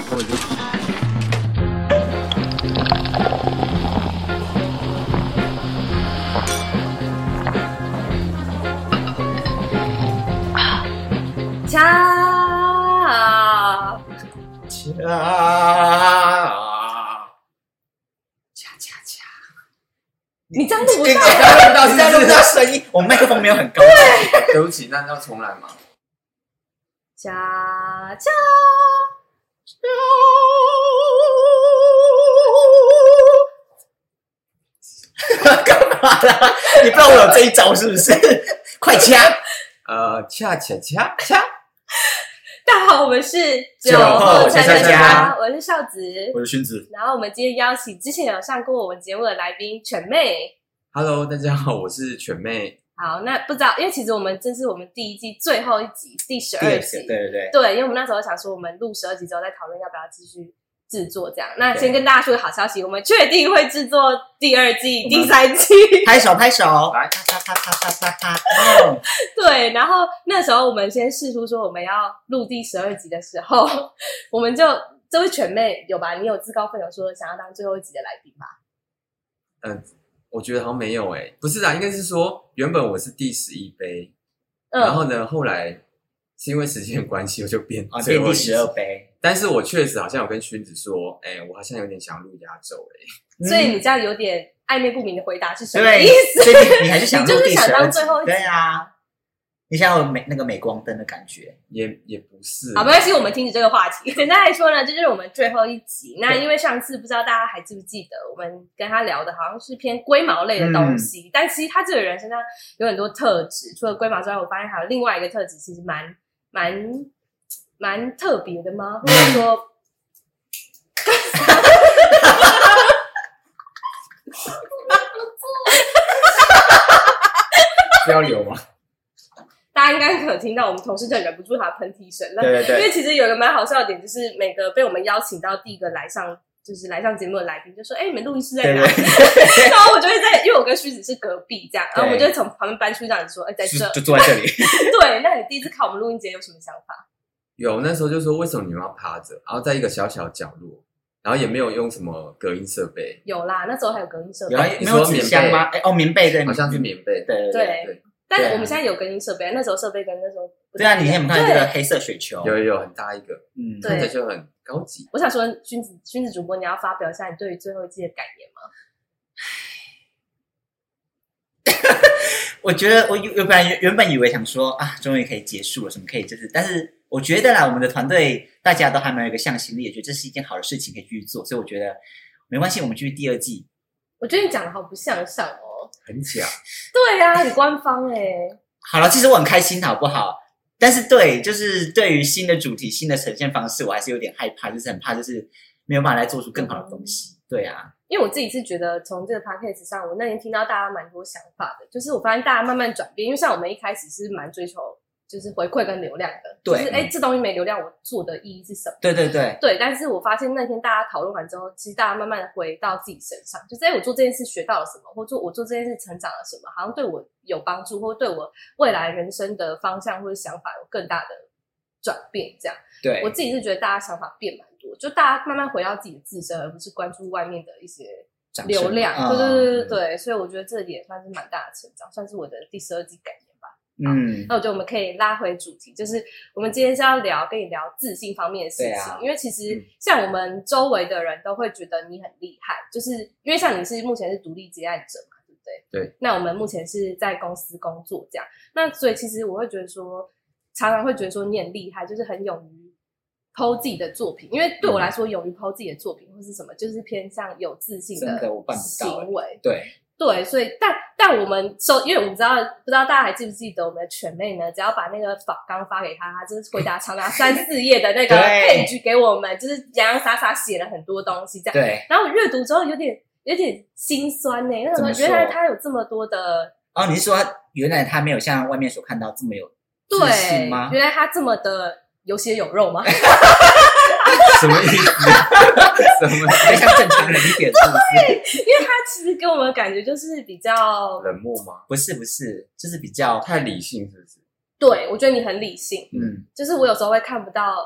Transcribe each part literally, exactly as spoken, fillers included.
我就恰恰恰恰恰， 你这样录不到， 你这样录不到，你这样录不到声音，我们麦克风没有很高。 对， 对不起，那要重来吗？ 恰恰干嘛啦？你不知道我有这一招是不是？快掐！ 呃，恰恰恰恰。 大家好，我们是酒后恰恰恰， 我是少子， 我是勋子。 然后我们今天邀请之前有上过我们节目的来宾犬妹。 Hello， 大家好，我是犬妹。 好，那不知道，因为其实我们这是我们第一季最后一集，第十二集。 对对对， 对，因为我们那时候想说，我们录十二集之后再讨论要不要继续制作这样。那先跟大家说个好消息，我们确定会制作第二季、第三季。 拍手拍手， 来， 啪啪啪啪啪啪啪。 对，然后那时候我们先试出说我们要录第十二集的时候，我们就这位犬妹有吧？你有自告奋勇说想要当最后一集的来宾吧？ 嗯、呃，我觉得好像没有诶、欸，不是啦，应该是说原本我是第十一杯， 嗯， 然后呢，后来是因为时间的关系，我就变啊，变第十二杯。 但是我确实好像有跟勋子说，哎、欸，我好像有点想录压轴诶， 所以你这样有点暧昧不明的回答是什么意思？ 所以你还是想录第十二集？ 你就是想当最后一集？ 对啊。你想有美那个镁光灯的感觉， 也也不是。 好，没关系，我们停止这个话题。简单来说呢，这就是我们最后一集。那因为上次不知道大家还记不记得，我们跟他聊的好像是偏龟毛类的东西，嗯、但其实他这个人身上有很多特质。除了龟毛之外，我发现还有另外一个特质，其实蛮蛮蛮特别的吗？或者说， 不要流吗？ 大家应该可能听到我们同事就忍不住他的喷嚏声了， 对对对。 因为其实有一个蛮好笑的点，就是每个被我们邀请到第一个来上，就是来上节目的来宾，就说：“哎、欸，你们录音室在哪？”然后我就会在，因为我跟须子是隔壁这样，然后我们就会从旁边搬出这样子说：“哎、欸，在这， 就坐在这里。” 对，那你第一次看我们录音节有什么想法？ 有，那时候就说为什么你们要趴着，然后在一个小小角落，然后也没有用什么隔音设备。 有啦，那时候还有隔音设备。 有啊，没有纸箱吗？哎、欸，哦，棉被对， 好像是棉被。 对对对。 对对但我们现在有隔音设备，那时候设备跟那时候不对啊，你有没有看这个黑色水球？ 有有有，很大一个， 嗯， 看起来就很高级。 我想说，君子君子主播，你要发表一下你对于最后一季的感言吗？我觉得我原本原本以为想说啊，终于可以结束了，什么可以就是，但是我觉得啦，我们的团队大家都还蛮有一个向心力，也觉得这是一件好的事情可以继续做，所以我觉得没关系，我们继续第二季。 我觉得你讲的好不向上哦， 很假。 对啊，很官方哎、欸。 好了，其实我很开心，好不好？但是对，就是对于新的主题、新的呈现方式，我还是有点害怕，就是很怕，就是没有办法来做出更好的东西。对啊， 因为我自己是觉得从这个 podcast 上，我那天听到大家蛮多想法的，就是我发现大家慢慢转变，因为像我们一开始是蛮追求就是回馈跟流量的， 对， 就是哎、欸，这东西没流量，我做的意义是什么？ 对对对对。但是我发现那天大家讨论完之后，其实大家慢慢的回到自己身上，就是哎、欸，我做这件事学到了什么，或做我做这件事成长了什么，好像对我有帮助，或对我未来人生的方向或者想法有更大的转变。这样， 对， 我自己是觉得大家想法变蛮多，就大家慢慢回到自己的自身，而不是关注外面的一些流量。对对对对对，所以我觉得这也算是蛮大的成长，算是我的第十二季感言。 嗯， 那我觉得我们可以拉回主题，就是我们今天是要聊跟你聊自信方面的事情， 啊、 因为其实像我们周围的人都会觉得你很厉害，就是因为像你是目前是独立接案者嘛，对不对？ 对。 那我们目前是在公司工作这样，那所以其实我会觉得说，常常会觉得说你很厉害，就是很勇于po自己的作品，因为对我来说，勇于po自己的作品或是什么，就是偏向有自信的行为， 对。 对，所以但但我们收，因为我们知道，不知道大家还记不记得我们的犬妹呢？只要把那个访纲发给他，他就是回答长达三四页的那个 page 给我们，就是洋洋洒洒写了很多东西这样。 对。 然后我阅读之后有点有点心酸呢、欸，那什么原来他有这么多的哦，你是说原来他没有像外面所看到这么有自信吗？ 对，原来他这么的有血有肉吗？ 什么意思？什么？ 比较像正常人一点，是不是？因为他其实给我们的感觉就是比较冷漠吗？ 不是，不是，就是比较太理性，是不是？ 对，我觉得你很理性， 嗯， 就是我有时候会看不到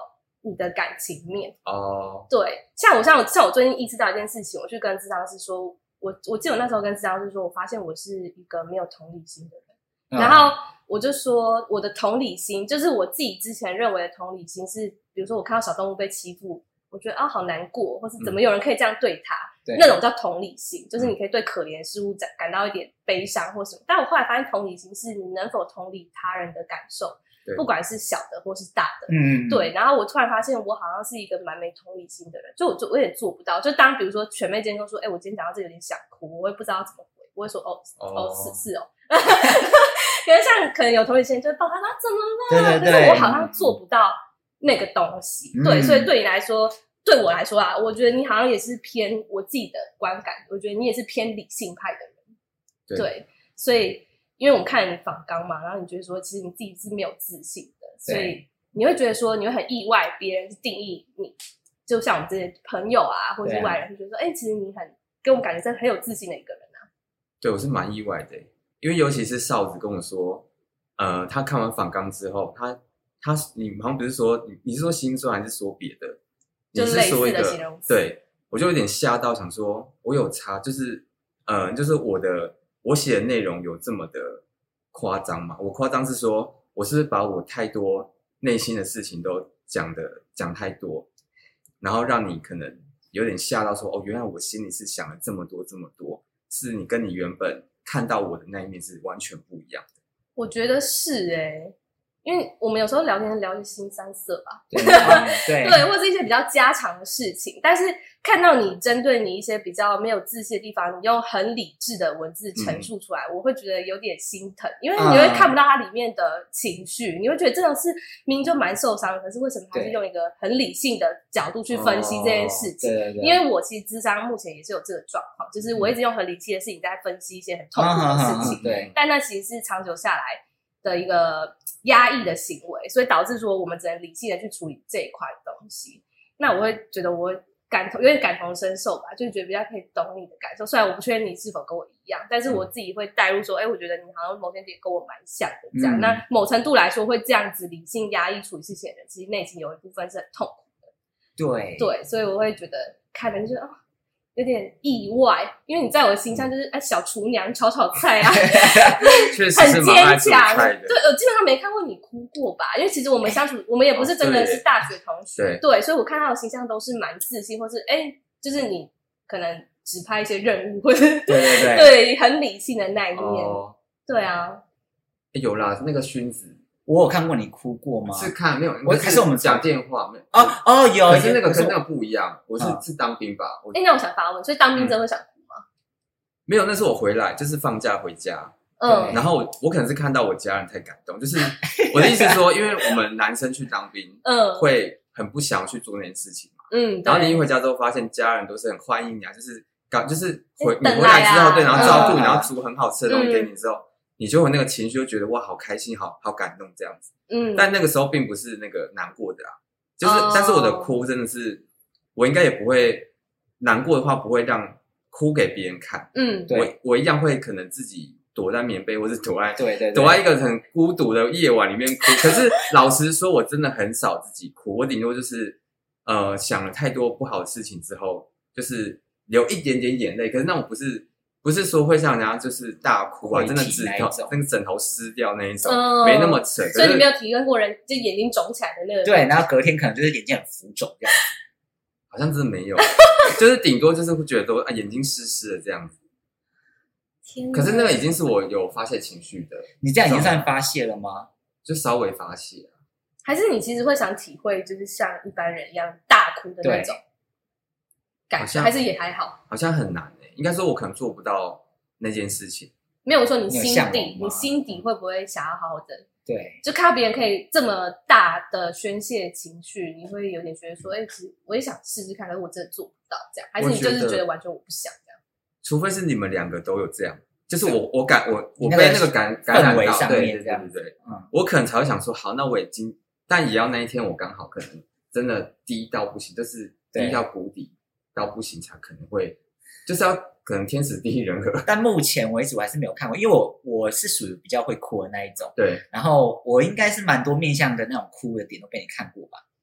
你的感情面。 哦， 对，像我像我像我最近意识到一件事情，我去跟咨商师说，我我记得我那时候跟咨商师说，我发现我是一个没有同理心的人。 嗯、 然后我就说，我的同理心就是我自己之前认为的同理心是，比如说我看到小动物被欺负，我觉得啊好难过，或是怎么有人可以这样对他， 嗯、 那种叫同理心，就是你可以对可怜事物感到一点悲伤或什么。但我后来发现，同理心是你能否同理他人的感受，不管是小的或是大的。 嗯， 对。然后我突然发现，我好像是一个蛮没同理心的人，就我就我有点做不到。就当比如说全妹今天都说，哎、欸，我今天讲到这有点想哭，我也不知道怎么回，我会说哦哦是是哦。可是像可能有同理心就会抱他说怎么了， 对对对， 可是我好像做不到那个东西。嗯、对，所以对你来说，对我来说啊，我觉得你好像也是偏我自己的观感，我觉得你也是偏理性派的人。对，对，所以因为我们看了你访纲嘛，然后你觉得说其实你自己是没有自信的，所以你会觉得说你会很意外别人定义你，就像我们这些朋友啊或者是外人会觉得说哎、欸，其实你很给我感觉是很有自信的一个人啊。 对，我是蛮意外的，因为尤其是少子跟我说呃，他看完访纲之后，他他你好像不是说你你是说心酸还是说别的？ 就你是说一个形容词。 对，我就有点吓到，想说我有差，就是呃，就是我的我写的内容有这么的夸张吗？我夸张是说，我是不是把我太多内心的事情都讲的讲太多，然后让你可能有点吓到说，哦，原来我心里是想了这么多这么多，是你跟你原本看到我的那一面是完全不一样的。 我觉得是哎、欸，因为我们有时候聊天聊一些新三色吧， 对对对，或者是一些比较家常的事情，但是看到你针对你一些比较没有自信的地方，你用很理智的文字陈述出来，嗯、我会觉得有点心疼，因为你会看不到它里面的情绪，嗯、你会觉得这种事明明就蛮受伤的，可是为什么他是用一个很理性的角度去分析这件事情？ 哦、对对对， 因为我其实諮商目前也是有这个状况，就是我一直用很理性的事情在分析一些很痛苦的事情， 嗯、对， 但那其实是长久下来的一个压抑的行为，所以导致说我们只能理性的去处理这一块东西。那我会觉得我感同有点感同身受吧，就是觉得比较可以懂你的感受。虽然我不确定你是否跟我一样，但是我自己会带入说，哎、欸，我觉得你好像某些点跟我蛮像的这样。嗯、那某程度来说，会这样子理性压抑处理事情的人，其实内心有一部分是很痛苦的。 对对，所以我会觉得看了就是哦。有点意外，因为你在我的形象就是哎小厨娘炒炒菜啊， 确实是蛮爱煮菜的。 对，我基本上没看过你哭过吧？因为其实我们相处，我们也不是真的是大学同学， 对， 对，所以我看到的形象都是蛮自信，或是哎，就是你可能只拍一些任务，或者对对对对很理性的那一面， 哦、 对啊， 有啦，那个薰子。 我有看过你哭过吗？ 是看没有， 我可是我们讲电话没有哦哦有， 可是那个跟那个不一样，我是、嗯、是当兵吧？ 哎，那我想发问，所以当兵真的会想哭吗、嗯？ 没有，那是我回来，就是放假回家，嗯，然后我我可能是看到我家人太感动，就是我的意思是说，因为我们男生去当兵，嗯，会很不想去做那件事情嘛，嗯，然后你一回家之后，发现家人都是很欢迎你啊，就是刚就是回、欸、你回来之后，对，然后照顾你，嗯、然后煮很好吃的东西给你之后。嗯你就有那个情绪，就觉得哇，好开心，好好感动这样子。嗯，但那个时候并不是那个难过的啦，就是，哦、但是我的哭真的是，我应该也不会难过的话，不会让哭给别人看。嗯，对，我我一样会可能自己躲在棉被，或是躲在对对躲在一个很孤独的夜晚里面哭。可是老实说，我真的很少自己哭，我顶多就是呃想了太多不好的事情之后，就是流一点点眼泪。可是那种不是。不是说会像人家就是大哭啊，真的指头那个枕头湿掉那一种，嗯、没那么扯。 所以你没有体验过人就眼睛肿起来的那个？ 对，然后隔天可能就是眼睛很浮肿这样子。 好像真的没有，就是顶多就是会觉得都啊眼睛湿湿的这样子。天，可是那个已经是我有发泄情绪的。 你这样已经算发泄了吗？ 就稍微发泄、啊。 还是你其实会想体会，就是像一般人一样大哭的那种感觉，还是也还好？ 好像很难。应该说，我可能做不到那件事情。 没有说你心底，你心底会不会想要好好的？ 对， 就看到别人可以这么大的宣泄情绪，你会有点觉得说，哎、欸，其实我也想试试看，可是我真的做不到这样。还是你就是觉得完全我不想这样？ 除非是你们两个都有这样，就是我我感我我被那个感感染到，对对对对对，嗯，我可能才会想说，好，那我已经，但也要那一天我刚好可能真的低到不行，就是低到谷底到不行，才可能会。就是要可能天时地利人和， 但目前为止我还是没有看过，因为我我是属于比较会哭的那一种。 对， 然后我应该是蛮多面向的那种哭的点都被你看过吧？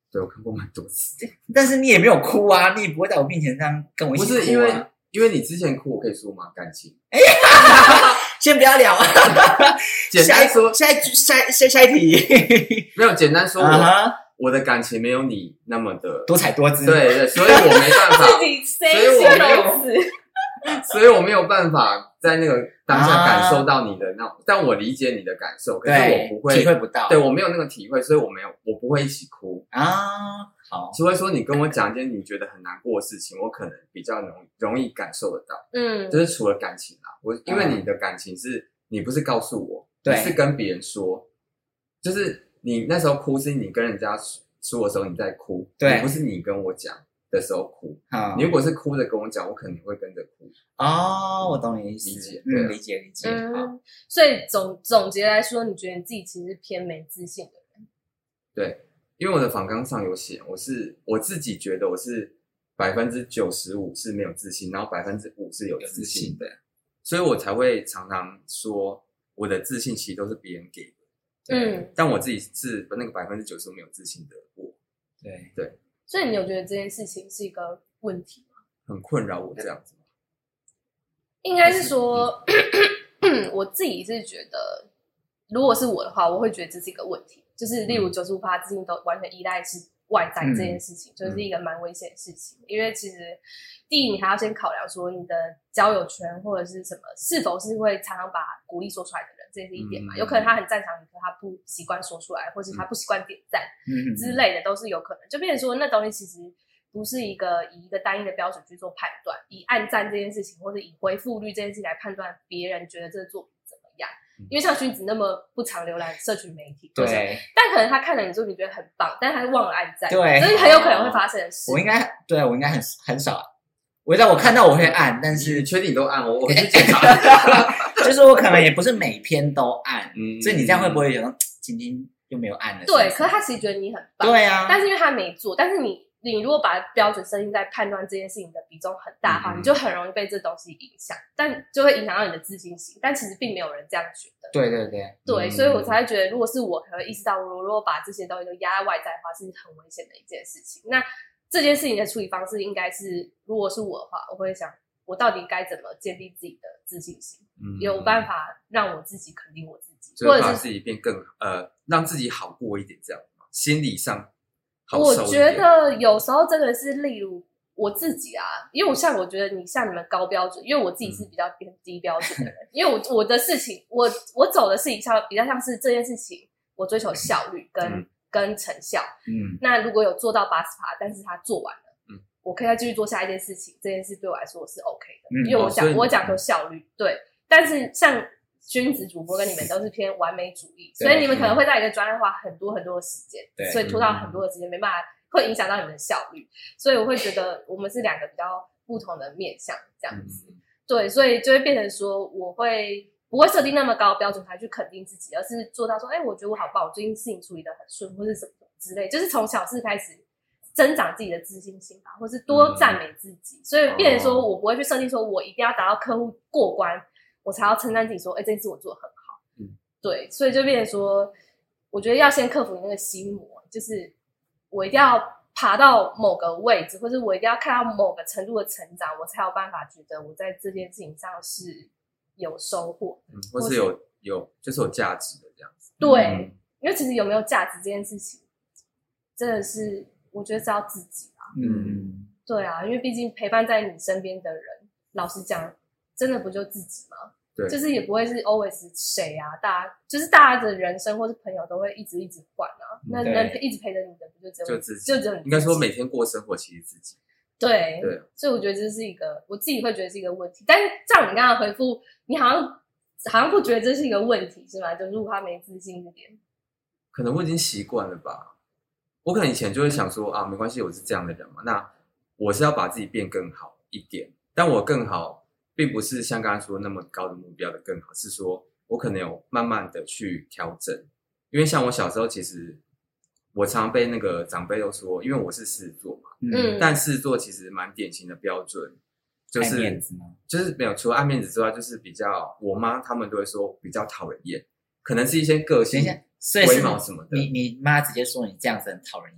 对，我看过蛮多次。 但是你也没有哭啊，你也不会在我面前这样跟我一起哭啊。 不是因为因为你之前哭，我可以说吗？感情。哎先不要聊。 简单说， 下一下下下一题。 没有，简单说我。 Uh-huh. 我的感情没有你那么的多彩多姿， 对对，所以我没办法， 自己所以我没有，所以我没有办法在那个当下感受到你的那，啊、但我理解你的感受，可是我不会体会不到， 对我没有那个体会，所以我没有，我不会一起哭啊。好， 除非说你跟我讲一件你觉得很难过的事情，我可能比较容容易感受得到，嗯，就是除了感情啦，我因为你的感情是你不是告诉我，你是跟别人说，就是。你那时候哭是你跟人家说的时候你在哭，对，不是你跟我讲的时候哭。你如果是哭着跟我讲，我可能会跟着哭。 哦，我懂你意思， 理解， 嗯，理解理解。 嗯，所以总总结来说，你觉得你自己其实是偏没自信的人？ 对，因为我的访纲上有写，我是我自己觉得我是百分之九十五是没有自信，然后百分之五是有自信的，所以我才会常常说我的自信其实都是别人给的。嗯，但我自己是那个百分之九十没有自信的我， 对对， 所以你有觉得这件事情是一个问题吗？ 很困扰我这样子吗？ 应该是说，嗯、我自己是觉得，如果是我的话，我会觉得这是一个问题，就是例如九十五%自信都完全依赖是外在这件事情，嗯、就是一个蛮危险的事情，因为其实第一，你还要先考量说你的交友圈或者是什么是否是会常常把鼓励说出来的人。这是一点嘛，有可能他很赞赏你，可他不习惯说出来，或是他不习惯点赞之类的，都是有可能。就变成说，那东西其实不是一个以一个单一的标准去做判断，以按赞这件事情，或者以回复率这件事情来判断别人觉得这个作品怎么样。因为像君子那么不常浏览社群媒体， 对， 但可能他看了你作品觉得很棒，但他忘了按赞， 对， 这是很有可能会发生的事。 我应该对我应该很很少，我知道我看到我会按，但是你确定你都按我，我去检查。 就是我可能也不是每篇都按， 嗯、 所以你这样会不会觉得今天又没有按了？ 对，可是他其实觉得你很棒， 对啊， 但是因为他没做，但是你你如果把标准设定在判断这件事情的比重很大的话，嗯、你就很容易被这东西影响，但就会影响到你的自信心。但其实并没有人这样觉得。 对对对， 对，嗯、所以我才会觉得，如果是我，可能意识到，我如果把这些东西都压在外在的话，是很危险的一件事情。那这件事情的处理方式应该是，如果是我的话，我会想。我到底该怎么建立自己的自信心？嗯、有办法让我自己肯定我自己， 或者是把自己变更呃，让自己好过一点，这样心理上好受一点。 我觉得有时候真的是，例如我自己啊，因为我像我觉得你像你们高标准，因为我自己是比较偏低标准的人，嗯、因为我我的事情，我我走的事情像比较像是这件事情，我追求效率跟、嗯、跟成效。嗯，那如果有做到八十%，但是他做完了。我可以再继续做下一件事情，这件事对我来说是 OK 的，嗯、因为我讲、哦、我讲求效率，对。但是像君子主播跟你们都是偏完美主义，所以你们可能会在一个专案花很多很多的时间，所以拖到很多的时间，没办法，会影响到你们的效率。所以我会觉得我们是两个比较不同的面向，这样子。嗯、对，所以就会变成说，我会不会设定那么高的标准才去肯定自己，而是做到说，哎、欸，我觉得我好棒，我最近事情处理得很顺，或是什么之类，就是从小事开始。增长自己的自信心吧，或是多赞美自己，嗯、所以变成说我不会去设定说我一定要达到客户过关，我才要称赞自己说，哎、欸，这件事我做得很好。嗯，对，所以就变成说，我觉得要先克服你那个心魔，就是我一定要爬到某个位置，或者我一定要看到某个程度的成长，我才有办法觉得我在这件事情上是有收获， 嗯，或是有有就是有价值的这样子。 对，嗯、因为其实有没有价值这件事情，真的是。我觉得是要自己啊，嗯，对啊，因为毕竟陪伴在你身边的人，老实讲，真的不就自己吗？ 对， 就是也不会是 always 谁啊，大家就是大家的人生或是朋友都会一直一直换啊，那能一直陪着你的不就只有就自己， 就只有你自己。 应该说每天过生活其实自己。 对对，所以我觉得这是一个我自己会觉得是一个问题，但是照你刚刚回复，你好像好像不觉得这是一个问题是吗？就如果他没自信这点， 可能我已经习惯了吧。我可能以前就会想说啊，没关系，我是这样的人嘛，那我是要把自己变更好一点，但我更好并不是像刚才说那么高的目标的更好，是说我可能有慢慢的去调整，因为像我小时候其实我常常被那个长辈都说，因为我是狮子座嘛，嗯，但狮子座其实蛮典型的标准，就是爱面子吗？ 就是没有，除了爱面子之外，就是比较我妈他们都会说比较讨人厌，可能是一些个性。龟毛什么的， 你你妈直接说你这样子很讨人厌，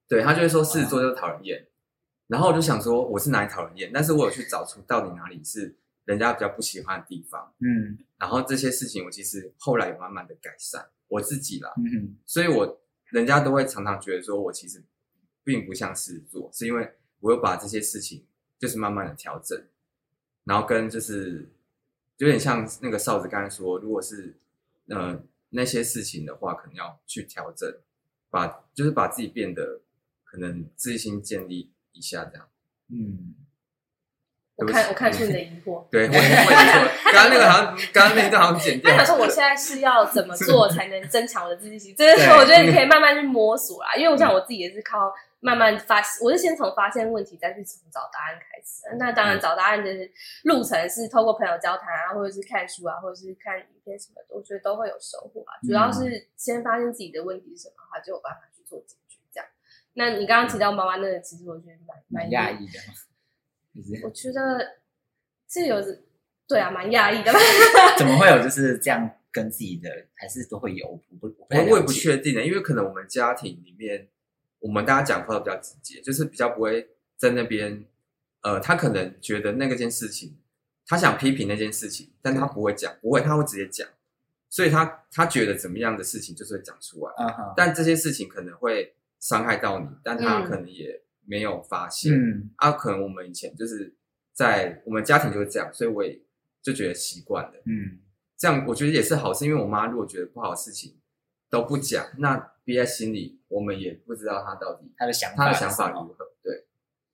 对，他就会说狮子座就是讨人厌，然后我就想说我是哪里讨人厌，但是我有去找出到底哪里是人家比较不喜欢的地方，嗯，然后这些事情我其实后来有慢慢的改善我自己啦，嗯，所以我人家都会常常觉得说我其实并不像狮子座，是因为我有把这些事情就是慢慢的调整，然后跟就是有点像那个少子刚才说，如果是呃那些事情的话，可能要去调整，把就是把自己变得可能自信建立一下这样。嗯， 我看我看出你的疑惑。 对，我我疑惑。刚刚那个好像刚刚那段好像剪掉。 他想说我现在是要怎么做才能增强我的自信心？这个我觉得你可以慢慢去摸索啦，因为我像我自己也是靠慢慢发，我是先从发现问题，再去从找答案开始。那当然找答案的路程是透过朋友交谈啊，或者是看书啊，或者是看影片什么的，我觉得都会有收获啊。主要是先发现自己的问题是什么，他就有办法去做解决。这样，那你刚刚提到妈妈那个，其实我觉得蛮蛮讶异的。 我觉得这有对啊，蛮讶异的。 怎么会有就是这样跟自己的，还是都会有？我不我我也不确定的，因为可能我们家庭里面，我们大家讲话都比较直接，就是比较不会在那边，呃，他可能觉得那个件事情，他想批评那件事情，但他不会讲，不会，他会直接讲，所以他他觉得怎么样的事情就是会讲出来， uh-huh. 但这些事情可能会伤害到你，但他可能也没有发现，嗯啊，可能我们以前就是在我们家庭就是这样，所以我也就觉得习惯了，嗯，这样我觉得也是好事，因为我妈如果觉得不好的事情都不讲，那憋在心里，我们也不知道她到底她的想法她的想法如何，对，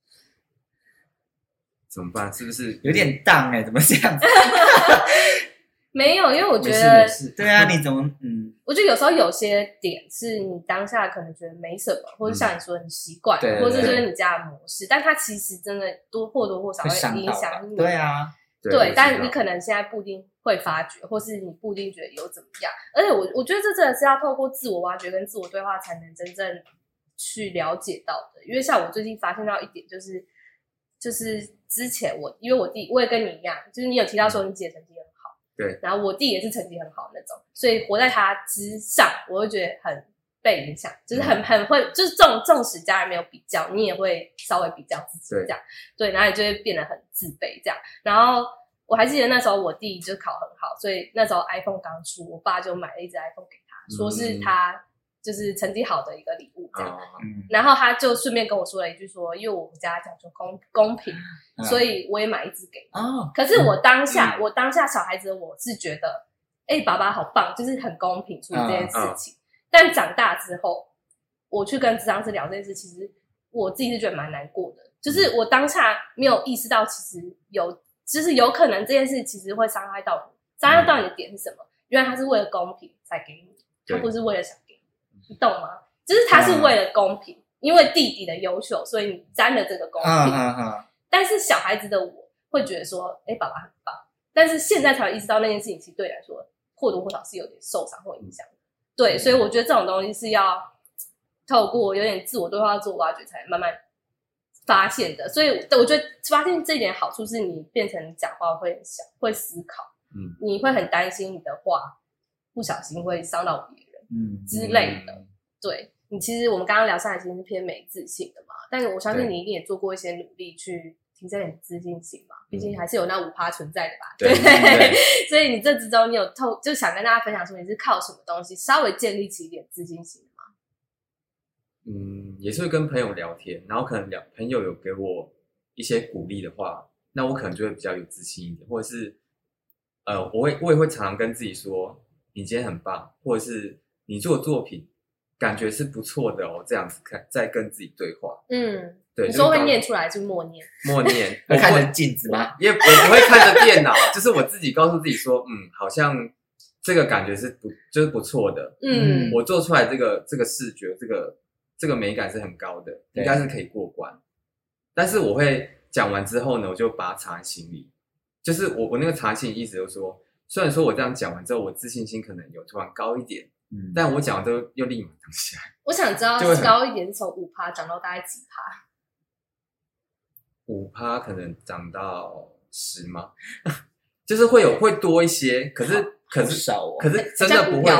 怎么办？是不是有点荡哎、欸？怎么这样子？ 没有，因为我觉得， 对啊，你怎么嗯？ 我觉得有时候有些点是你当下可能觉得没什么，或者像你说的你习惯， 嗯、 或者就是你家的模式，但它其实真的多或多或少会影响你。 对啊， 对，对但你可能现在不一定会发觉，或是你不一定觉得有怎么样。而且我我觉得这真的是要透过自我挖掘跟自我对话才能真正去了解到的。因为像我最近发现到一点，就是就是之前我因为我弟我也跟你一样，就是你有提到说你姐成绩很好。 对， 然后我弟也是成绩很好的那种，所以活在他之上，我会觉得很被影响，就是很很会，就是纵纵使家人没有比较，你也会稍微比较自己这样，对，对然后你就会变得很自卑这样。然后我还记得那时候我弟就考很好，所以那时候 iPhone 刚出，我爸就买了一只 iPhone 给他，说是他就是成绩好的一个礼物这样。嗯、然后他就顺便跟我说了一句说，因为我们家讲究公公平。所以我也买一支给他、哦、可是我当下、嗯、我当下小孩子的我是觉得哎、欸，爸爸好棒，就是很公平处理这件事情、嗯嗯、但长大之后我去跟咨商师聊这件事，其实我自己是觉得蛮难过的，就是我当下没有意识到其实有就是有可能这件事其实会伤害到你，伤害到你的点是什么、嗯、原来他是为了公平才给你，他不是为了想给你，你懂吗？就是他是为了公平、嗯、因为弟弟的优秀所以你沾了这个公平、嗯嗯嗯但是小孩子的我会觉得说，哎、欸，爸爸很棒。但是现在才会意识到那件事情，其实对你来说或多或少是有点受伤或影响的。对，所以我觉得这种东西是要透过有点自我对话、自我挖掘，才慢慢发现的。所以我觉得发现这一点好处是你变成讲话会想、会思考，嗯，你会很担心你的话不小心会伤到别人，嗯之类的。对，你其实我们刚刚聊上来其实是偏没自信的嘛，但是我相信你一定也做过一些努力去提升你的自信心嘛，毕竟还是有那 百分之五 存在的吧，对，对所以你这之中你有透就想跟大家分享说你是靠什么东西稍微建立起一点自信心的吗？ 嗯，也是会跟朋友聊天，然后可能聊朋友有给我一些鼓励的话，那我可能就会比较有自信一点，或者是呃，我会我也会常常跟自己说你今天很棒，或者是你做的作品感觉是不错的哦，这样子看再跟自己对话，嗯。对， 你说会念出来是默念， 默念， 会看着镜子吗？ 也我不会看着电脑，就是我自己告诉自己说，嗯，好像这个感觉是不就是不错的，嗯，我做出来这个这个视觉，这个这个美感是很高的，应该是可以过关。但是我会讲完之后呢，我就把它藏在心里，就是我我那个藏在心里意思就是说，虽然说我这样讲完之后，我自信心可能有突然高一点，嗯，但我讲完之后又立马降下来。 我想知道高一点是从 百分之五 涨到大概几趴？ 五趴可能涨到十吗？就是会有会多一些，可是可是少哦， 可是真的不会，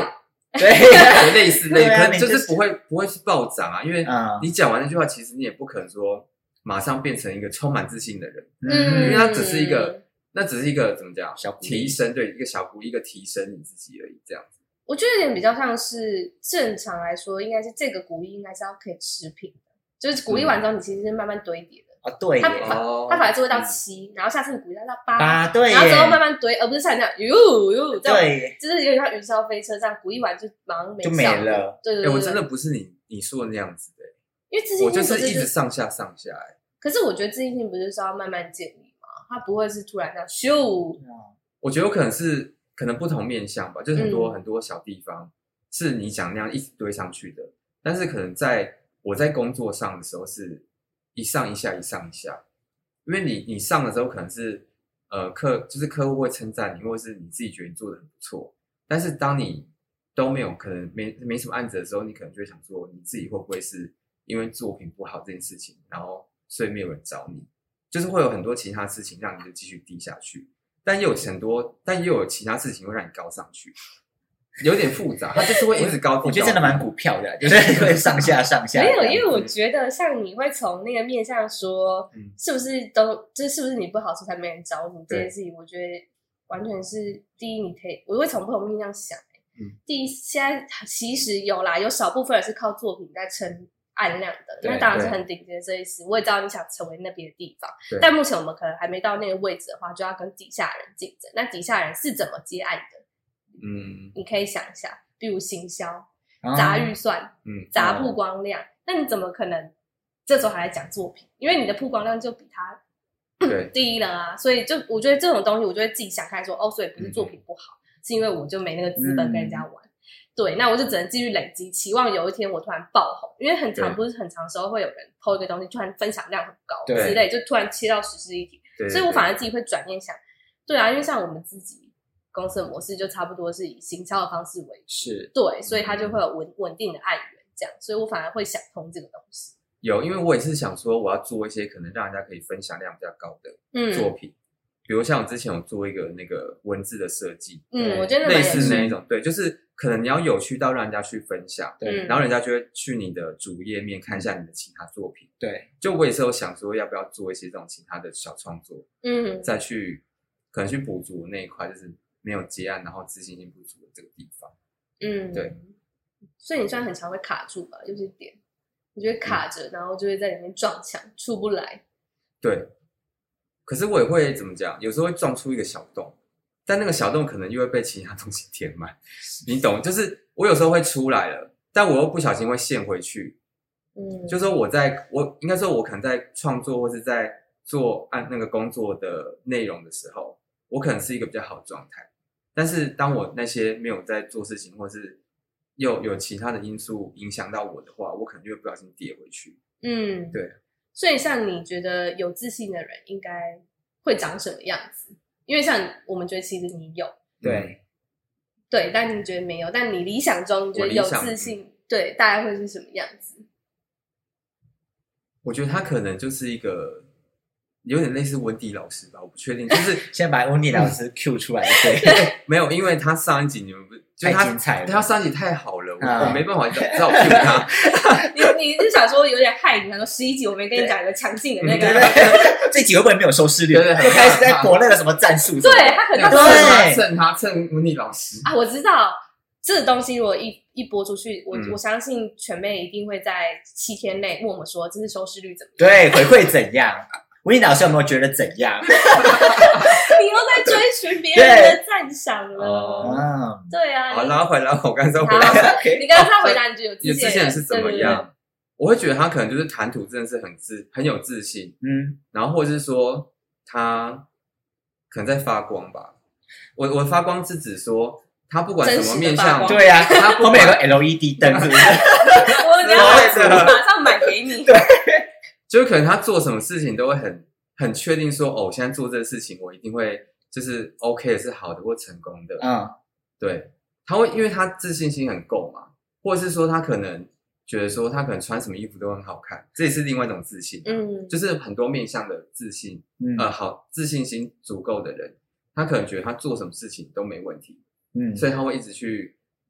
对， 类似类似，可能就是不会不会是暴涨啊，因为你讲完那句话，其实你也不可能说马上变成一个充满自信的人，嗯，因为它只是一个，那只是一个怎么讲，小提升，对，一个小鼓，一个提升你自己而已，这样子。 我觉得有点比较像是正常来说，应该是这个鼓励应该是要可以持平的，就是鼓励完之后，你其实是慢慢堆叠的。 啊、哦，对耶， 它反、哦、它反而是会到七、嗯，然后下次你鼓励到八， 八对， 然后之后慢慢堆，而不是像你这样，呦呦，这样对， 就是有点像云霄飞车这样，鼓励完就马上没就没了。 对对对、 欸，我真的不是你你说的那样子的， 因为自信心我就是一直上下上下。 可是我觉得自信心不就是要慢慢建立吗？它不会是突然这样咻。 我觉得有可能是可能不同面向吧，就是很多、嗯、很多小地方是你讲那样一直堆上去的，但是可能在我在工作上的时候是一上一下一上一下。因为你你上的时候可能是呃客就是客户会称赞你，或者是你自己觉得你做的很不错，但是当你都没有可能没没什么案子的时候，你可能就会想说你自己会不会是因为作品不好这件事情，然后所以没有人找你，就是会有很多其他事情让你就继续低下去，但也有很多但也有其他事情会让你高上去。有点复杂，它就是会一直高低高低。 我觉得真的蛮股票的，就是会上下上下。 没有，因为我觉得像你会从那个面向说，嗯、是不是都就是是不是你不好，所以才没人找你这件事情，我觉得完全是第一，你可以，我会从不同面向想、欸嗯。第一，现在其实有啦，有少部分人是靠作品在撑案量的，那当然是很顶尖的设计师。我也知道你想成为那边的地方，但目前我们可能还没到那个位置的话，就要跟底下人竞争。那底下人是怎么接案的？嗯，你可以想一下，比如行销、砸预算、嗯，砸曝光量，那你怎么可能这时候还来讲作品？因为你的曝光量就比他低了啊，所以就我觉得这种东西，我就会自己想开说，哦，所以不是作品不好，嗯、是因为我就没那个资本跟人家玩。嗯、对，那我就只能继续累积，期望有一天我突然爆红，因为很常不是很长时候会有人 po 一个东西，突然分享量很高之类，就突然切到时事议题，所以我反而自己会转念想，对啊，因为像我们自己。公司的模式就差不多是以行销的方式为主， 是对，所以它就会有稳稳定的案源这样，所以我反而会想通这个东西。 有，因为我也是想说，我要做一些可能让人家可以分享量比较高的作品，嗯、比如像我之前有做一个那个文字的设计， 嗯，我觉得类似那一种，对，就是可能你要有趣到让人家去分享，对，然后人家就会去你的主页面看一下你的其他作品， 对， 就我也是有想说要不要做一些这种其他的小创作，嗯，再去可能去补足那一块，就是。没有接案，然后自信心不足的这个地方，嗯，对， 所以你算很常会卡住吧，就是点，你就会卡着、嗯，然后就会在里面撞墙，出不来。 对，可是我也会怎么讲？有时候会撞出一个小洞，但那个小洞可能又会被其他东西填满，你懂？就是我有时候会出来了，但我又不小心会陷回去。嗯，就说我在我应该说，我可能在创作或是在做按那个工作的内容的时候，我可能是一个比较好的状态。但是当我那些没有在做事情，或是又有其他的因素影响到我的话，我可能就会不小心跌回去。嗯，对。 所以像你觉得有自信的人应该会长什么样子？因为像我们觉得其实你有， 对， 对，但你觉得没有，但你理想中你觉得有自信，对，大概会是什么样子？ 我觉得他可能就是一个。有点类似温蒂老师吧，我不确定，就是先把温蒂老师 Q 出来对， 没有，因为他上一集你们不就太精彩了， 他上一集太好了，我、啊、我没办法只好 Q 他。 你你是想说有点害你？想说十一集我没跟你讲一个强劲的那个， 对对对这集会不会没有收视率？对对，就开始在博那个什么战术， 对他可能对蹭他蹭温蒂老师啊，我知道这个东西如果一一播出去，我、嗯、我相信全妹一定会在七天内问我们说这是收视率怎么样， 对回馈怎样。温蒂老师有没有觉得怎样？ 你又在追寻别人的赞赏了。哦、对啊。 好，拉回来，我刚才回答。 你刚刚他回答，你觉得有自信的人是怎么样？我会觉得他可能就是谈吐真的是很自很有自信，嗯，然后或者是说他可能在发光吧。我我发光是指说他不管什么面向， 对啊，他后面有个 L E D 灯，是不是？ 我要马上买给你。 对。就可能他做什么事情都会很很确定说，哦，我现在做这个事情我一定会就是 OK 的，是好的或成功的。嗯，对，他会因为他自信心很够嘛，或者是说他可能觉得说他可能穿什么衣服都很好看，这也是另外一种自信。嗯，就是很多面向的自信，嗯、呃，好自信心足够的人，他可能觉得他做什么事情都没问题。嗯，所以他会一直去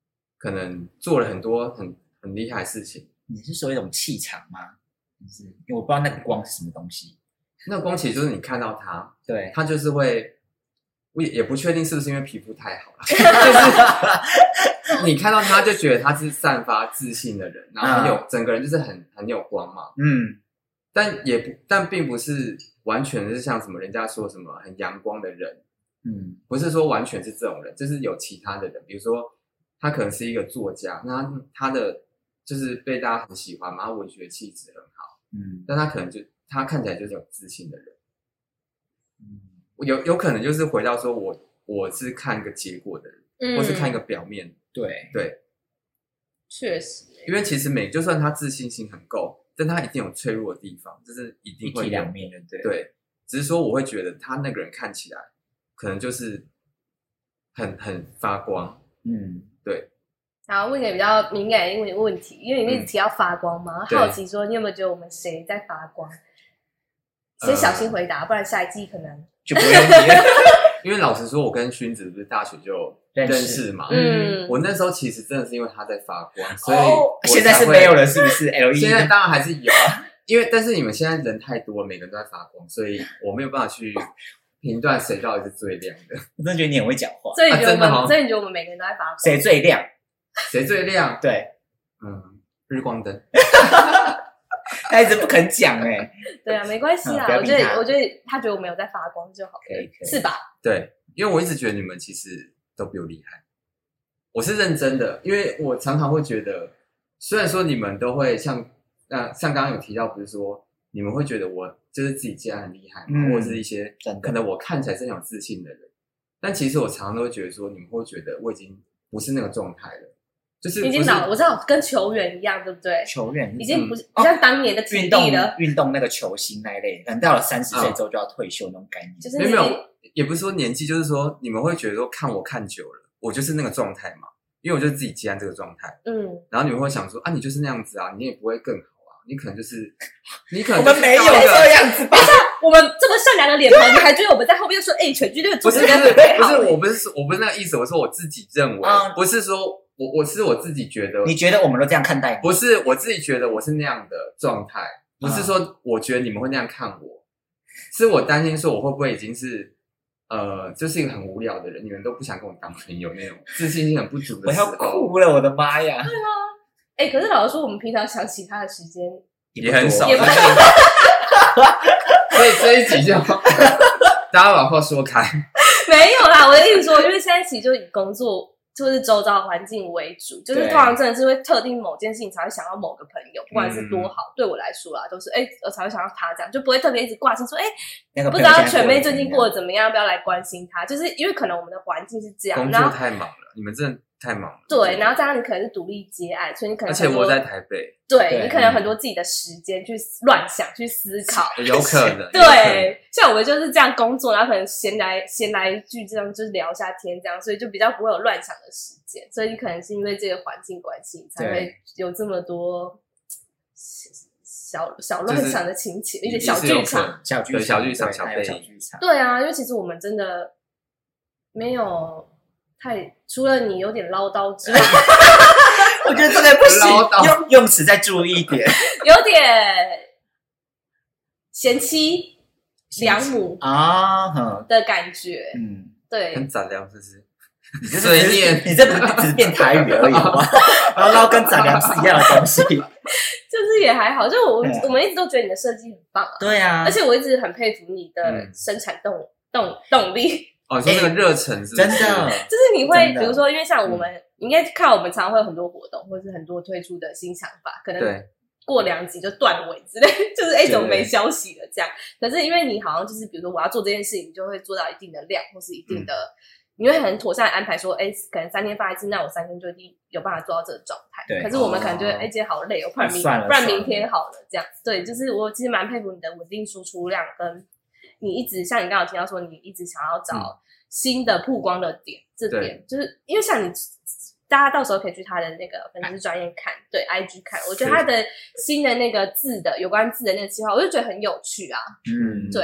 可能做了很多很很厉害的事情。 你是说一种气场吗？就是因为我不知道那个光是什么东西。 那个光其实就是你看到它， 对， 它就是会，我也也不确定是不是因为皮肤太好了，就是你看到它就觉得他是散发自信的人，然后很有、嗯、整个人就是很很有光嘛。嗯，但也不但并不是完全是像什么人家说什么很阳光的人，嗯，不是说完全是这种人，就是有其他的人，比如说他可能是一个作家，那他的就是被大家很喜欢嘛，他文学气质很好，嗯，但他可能就他看起来就是有自信的人，嗯，有有可能就是回到说我我是看一个结果的人，嗯，或是看一个表面， 对对， 确实， 因为其实每就算他自信心很够，但他一定有脆弱的地方，就是一定会有一体两面的，对对，只是说我会觉得他那个人看起来可能就是很很发光，嗯，对。 然后问一个比较敏感的问题，因为你一直提到发光嘛，嗯、好奇说你有没有觉得我们谁在发光？先小心回答，呃、不然下一季可能就不用你了。 因为老实说，我跟勋子不是大学就认识嘛，嗯，我那时候其实真的是因为他在发光，所以我现在是没有了，是不是 ？L E D 现在当然还是有，因为但是你们现在人太多了，每个人都在发光，所以我没有办法去评断谁到底是最亮的。 我真的觉得你很会讲话， 所以你觉得我们，啊、所以你觉得我们每个人都在发光， 谁最亮？ 谁最亮？ 对， 嗯，日光灯。 他一直不肯讲哎、欸。 对啊，没关系啦、嗯，我觉得我觉得他觉得我没有在发光就好， 可以可以， 是吧？ 对，因为我一直觉得你们其实都比我厉害，我是认真的，因为我常常会觉得，虽然说你们都会像呃像刚刚有提到，不是说你们会觉得我就是自己既然很厉害嘛，嗯、或者是一些可能我看起来是很有自信的人，但其实我常常都会觉得说，你们会觉得我已经不是那个状态了。就是已经老，我知道跟球员一样，对不对？ 球员已经不是不像当年的体力了， 运动那个球星那一类，可能到了三十岁之后就要退休那种概念。 就是没有没有，也不是说年纪，就是说你们会觉得说看我看久了，我就是那个状态嘛，因为我就是自己接安这个状态，嗯，然后你们会想说啊，你就是那样子啊，你也不会更好啊，你可能就是你可能我们没有这样子吧？ 我们这么善良的脸庞，你还觉得我们在后面说哎，全剧那个主持人不是不是，我不是说我不是那个意思，我说我自己认为，嗯、不是说。我我是我自己觉得， 你觉得我们都这样看待你？ 不是我自己觉得我是那样的状态，不是说我觉得你们会那样看我，是我担心说我会不会已经是呃，就是一个很无聊的人，你们都不想跟我当朋友那种自信心很不足的时候。 我要哭了，我的妈呀！ 对啊，哎、欸，可是老实说，我们平常想起他的时间也很少， 也不多所以这一集就大家把话说开。 没有啦，我的意思说，因为现在其实就以工作。就是周遭环境为主，就是通常真的是会特定某件事情才会想到某个朋友，不管是多好，嗯、对我来说啦，都是哎，我才会想到他这样，就不会特别一直挂心说哎，那个不知道全妹最近过得怎么样，要不要来关心他？就是因为可能我们的环境是这样， 工作太忙了，你们真的太忙了。 对，然后加上你可能是独立接案，所以你可能而且我在台北， 对, 对你可能有很多自己的时间去乱想、去思考， 有可能。 对，像我们就是这样工作，然后可能闲来闲来一句这样，就是聊一下天这样，所以就比较不会有乱想的时间。所以你可能是因为这个环境关系，才会有这么多小小乱想的情节，一些小剧场、 小剧场、 小剧场、小小剧场。 对啊，因为其实我们真的没有。太除了你有点唠叨之外， 我觉得这个不行，用用词再注意一点， 有点贤妻良母啊的感觉，嗯，对， 跟杂粮是不是？ 你这是念，你这不是只是变台语而已吗？然后唠跟杂粮是一样的东西， 就是也还好，就我我们一直都觉得你的设计很棒啊， 对啊， 而且我一直很佩服你的生产动、嗯、动动力。 哦，你说那个热忱是不是？ 真的， 就是你会，比如说，因为像我们，嗯、你应该看我们常常会有很多活动，或者是很多推出的新想法，可能过两集就断尾之类，就是哎，怎么没消息了这样。可是因为你好像就是，比如说我要做这件事情，你就会做到一定的量，或是一定的，嗯、你会很妥善的安排说，哎，可能三天发一次，那我三天就一定有办法做到这个状态。 对。 可是我们可能觉得，哎、哦，今天好累哦，不然明不然明天好了这样。对，就是我其实蛮佩服你的稳定输出量，跟你一直像你刚刚有提到说，你一直想要找。嗯新的曝光的点，这点就是因为像你，大家到时候可以去他的那个粉丝专页看，对 I G 看，我觉得他的新的那个字的有关字的那个计划，我就觉得很有趣啊。嗯，对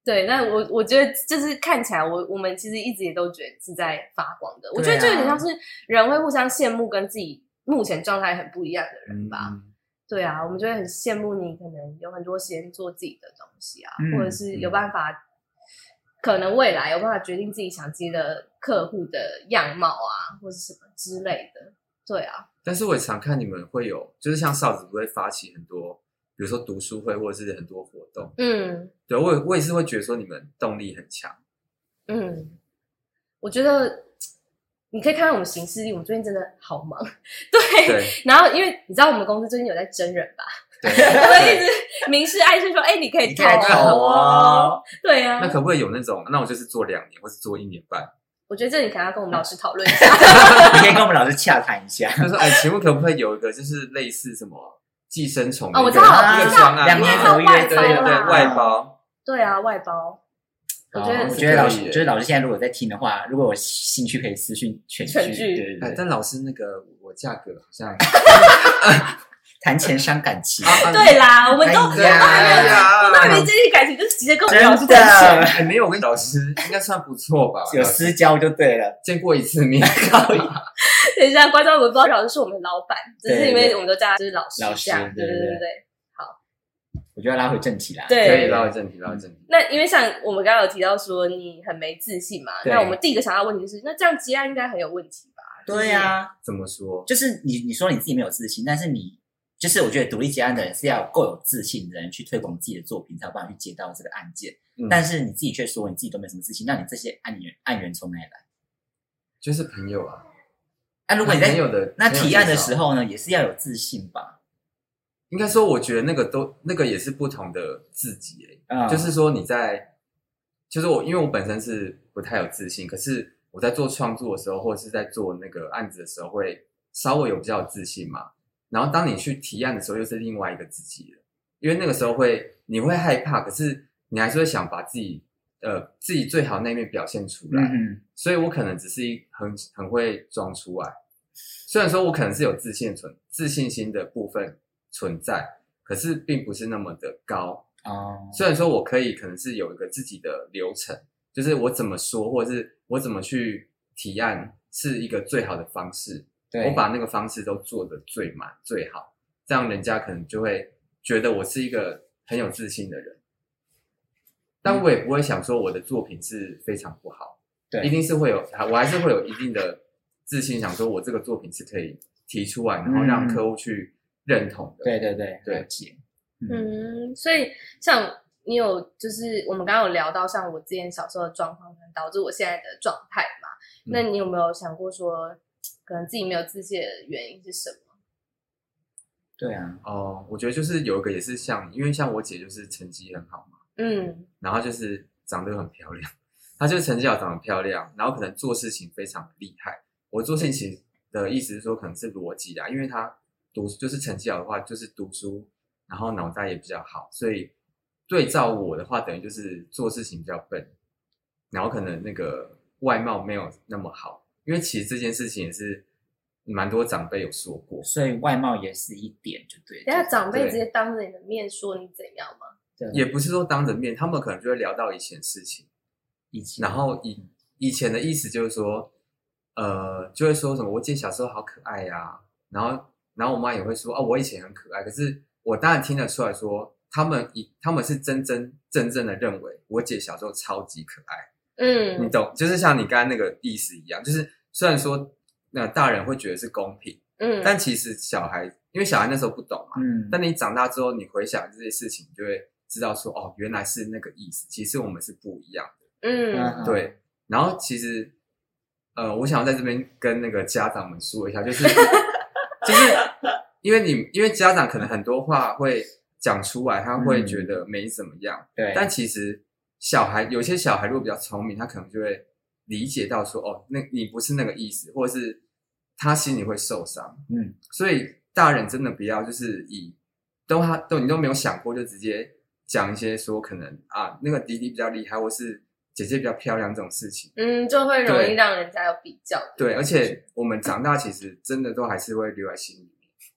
对，但我我觉得就是看起来我我们其实一直也都觉得是在发光的。我觉得就有点像是人会互相羡慕跟自己目前状态很不一样的人吧。嗯、对啊，我们就会很羡慕你可能有很多时间做自己的东西啊，嗯、或者是有办法，可能未来有办法决定自己想接的客户的样貌啊，或是什么之类的。对啊。 但是我也常看你们会有，就是像少子不会发起很多。比如说读书会或者是很多活动，嗯，对我我也是会觉得说你们动力很强， 嗯，我觉得你可以看到我们行事历，我们最近真的好忙，对，对然后因为你知道我们公司最近有在征人吧，对，我们一直明示暗示说，哎、欸，你可以投哦，对啊， 那可不可以有那种，那我就是做两年或是做一年半？ 我觉得这你可能要跟我们老师讨论一下， 你可以跟我们老师洽谈一下， 他说，哎，请问可不可以有一个就是类似什么？寄生虫哦，我知道， 一个专案， 两年合约， 对对对，外包， 对啊，外包。我觉得， 我觉得老师，就是老师现在如果在听的话，如果有兴趣可以私讯全剧， 全剧。 对对对。 但老师那个我价格好像谈钱伤感情。 对啦，我们都我都还没有，我都还没建立感情，就直接跟我们老师谈钱。 哎，没有，我跟老师应该算不错吧？ 有私交就对了， 见过一次面。 等一下，观众们不知道老师是我们老板，只是因为我们都叫他就是老师， 老师， 对对对对。好， 我就要拉回正题啦。 对， 可以拉回正题，拉回正题。 那因为像我们刚刚有提到说你很没自信嘛，那我们第一个想到的问题就是，那这样接案应该很有问题吧？ 对呀， 怎么说？ 就是你你说你自己没有自信，但是你就是我觉得独立接案的人是要够有自信的人去推广自己的作品，才有办法去接到这个案件。嗯、但是你自己却说你自己都没什么自信，那你这些案源案源从哪里来？ 就是朋友啊。 那、啊、如果你在有的那提案的时候呢，也是要有自信吧？ 应该说，我觉得那个都那个也是不同的自己、欸嗯、就是说你在，就是我因为我本身是不太有自信，可是我在做创作的时候，或者是在做那个案子的时候，会稍微有比较有自信嘛。然后当你去提案的时候，又是另外一个自己了，因为那个时候会你会害怕，可是你还是会想把自己呃自己最好那一面表现出来。嗯，所以我可能只是很很会装出来。虽然说我可能是有自信存自信心的部分存在，可是并不是那么的高哦。虽然说我可以可能是有一个自己的流程，就是我怎么说，或者是我怎么去提案，是一个最好的方式。对，我把那个方式都做得最满最好，这样人家可能就会觉得我是一个很有自信的人。但我也不会想说我的作品是非常不好，对，一定是会有，我还是会有一定的自信，想说我这个作品是可以提出来，然后让客户去认同的。 嗯、对对对对， 嗯，所以像你有就是我们刚刚有聊到，像我之前小时候的状况，可能导致我现在的状态嘛。嗯、那你有没有想过说，可能自己没有自信的原因是什么？ 对啊， 哦，我觉得就是有一个也是像，因为像我姐就是成绩很好嘛，嗯，然后就是长得很漂亮。他就是成绩好，长得漂亮，然后可能做事情非常厉害。我做事情的意思是说，可能是逻辑啦，因为他读就是成绩好的话，就是读书，然后脑袋也比较好，所以对照我的话，等于就是做事情比较笨，然后可能那个外貌没有那么好。因为其实这件事情也是蛮多长辈有说过， 所以外貌也是一点就对了。 等下长辈直接当着你的面说你怎样吗？ 也不是说当着面，他们可能就会聊到以前事情。以前然后以以前的意思就是说，呃，就会说什么我姐小时候好可爱呀、啊，然后然后我妈也会说哦，我以前很可爱，可是我当然听得出来说，他们以他们是真真正正的认为我姐小时候超级可爱，嗯，你懂，就是像你刚才那个意思一样，就是虽然说那大人会觉得是公平，嗯，但其实小孩因为小孩那时候不懂嘛，嗯，但你长大之后你回想这些事情，你就会知道说哦，原来是那个意思，其实我们是不一样的。嗯，对。然后其实，呃，我想要在这边跟那个家长们说一下，就是就是因为你因为家长可能很多话会讲出来，他会觉得没怎么样，嗯、对。但其实小孩有些小孩如果比较聪明，他可能就会理解到说，哦，那你不是那个意思，或者是他心里会受伤。嗯，所以大人真的不要就是以都他都你都没有想过，就直接讲一些说可能啊那个弟弟比较厉害，或是姐姐比较漂亮这种事情， 嗯，就会容易让人家有比较。 对，而且我们长大其实真的都还是会留在心里面。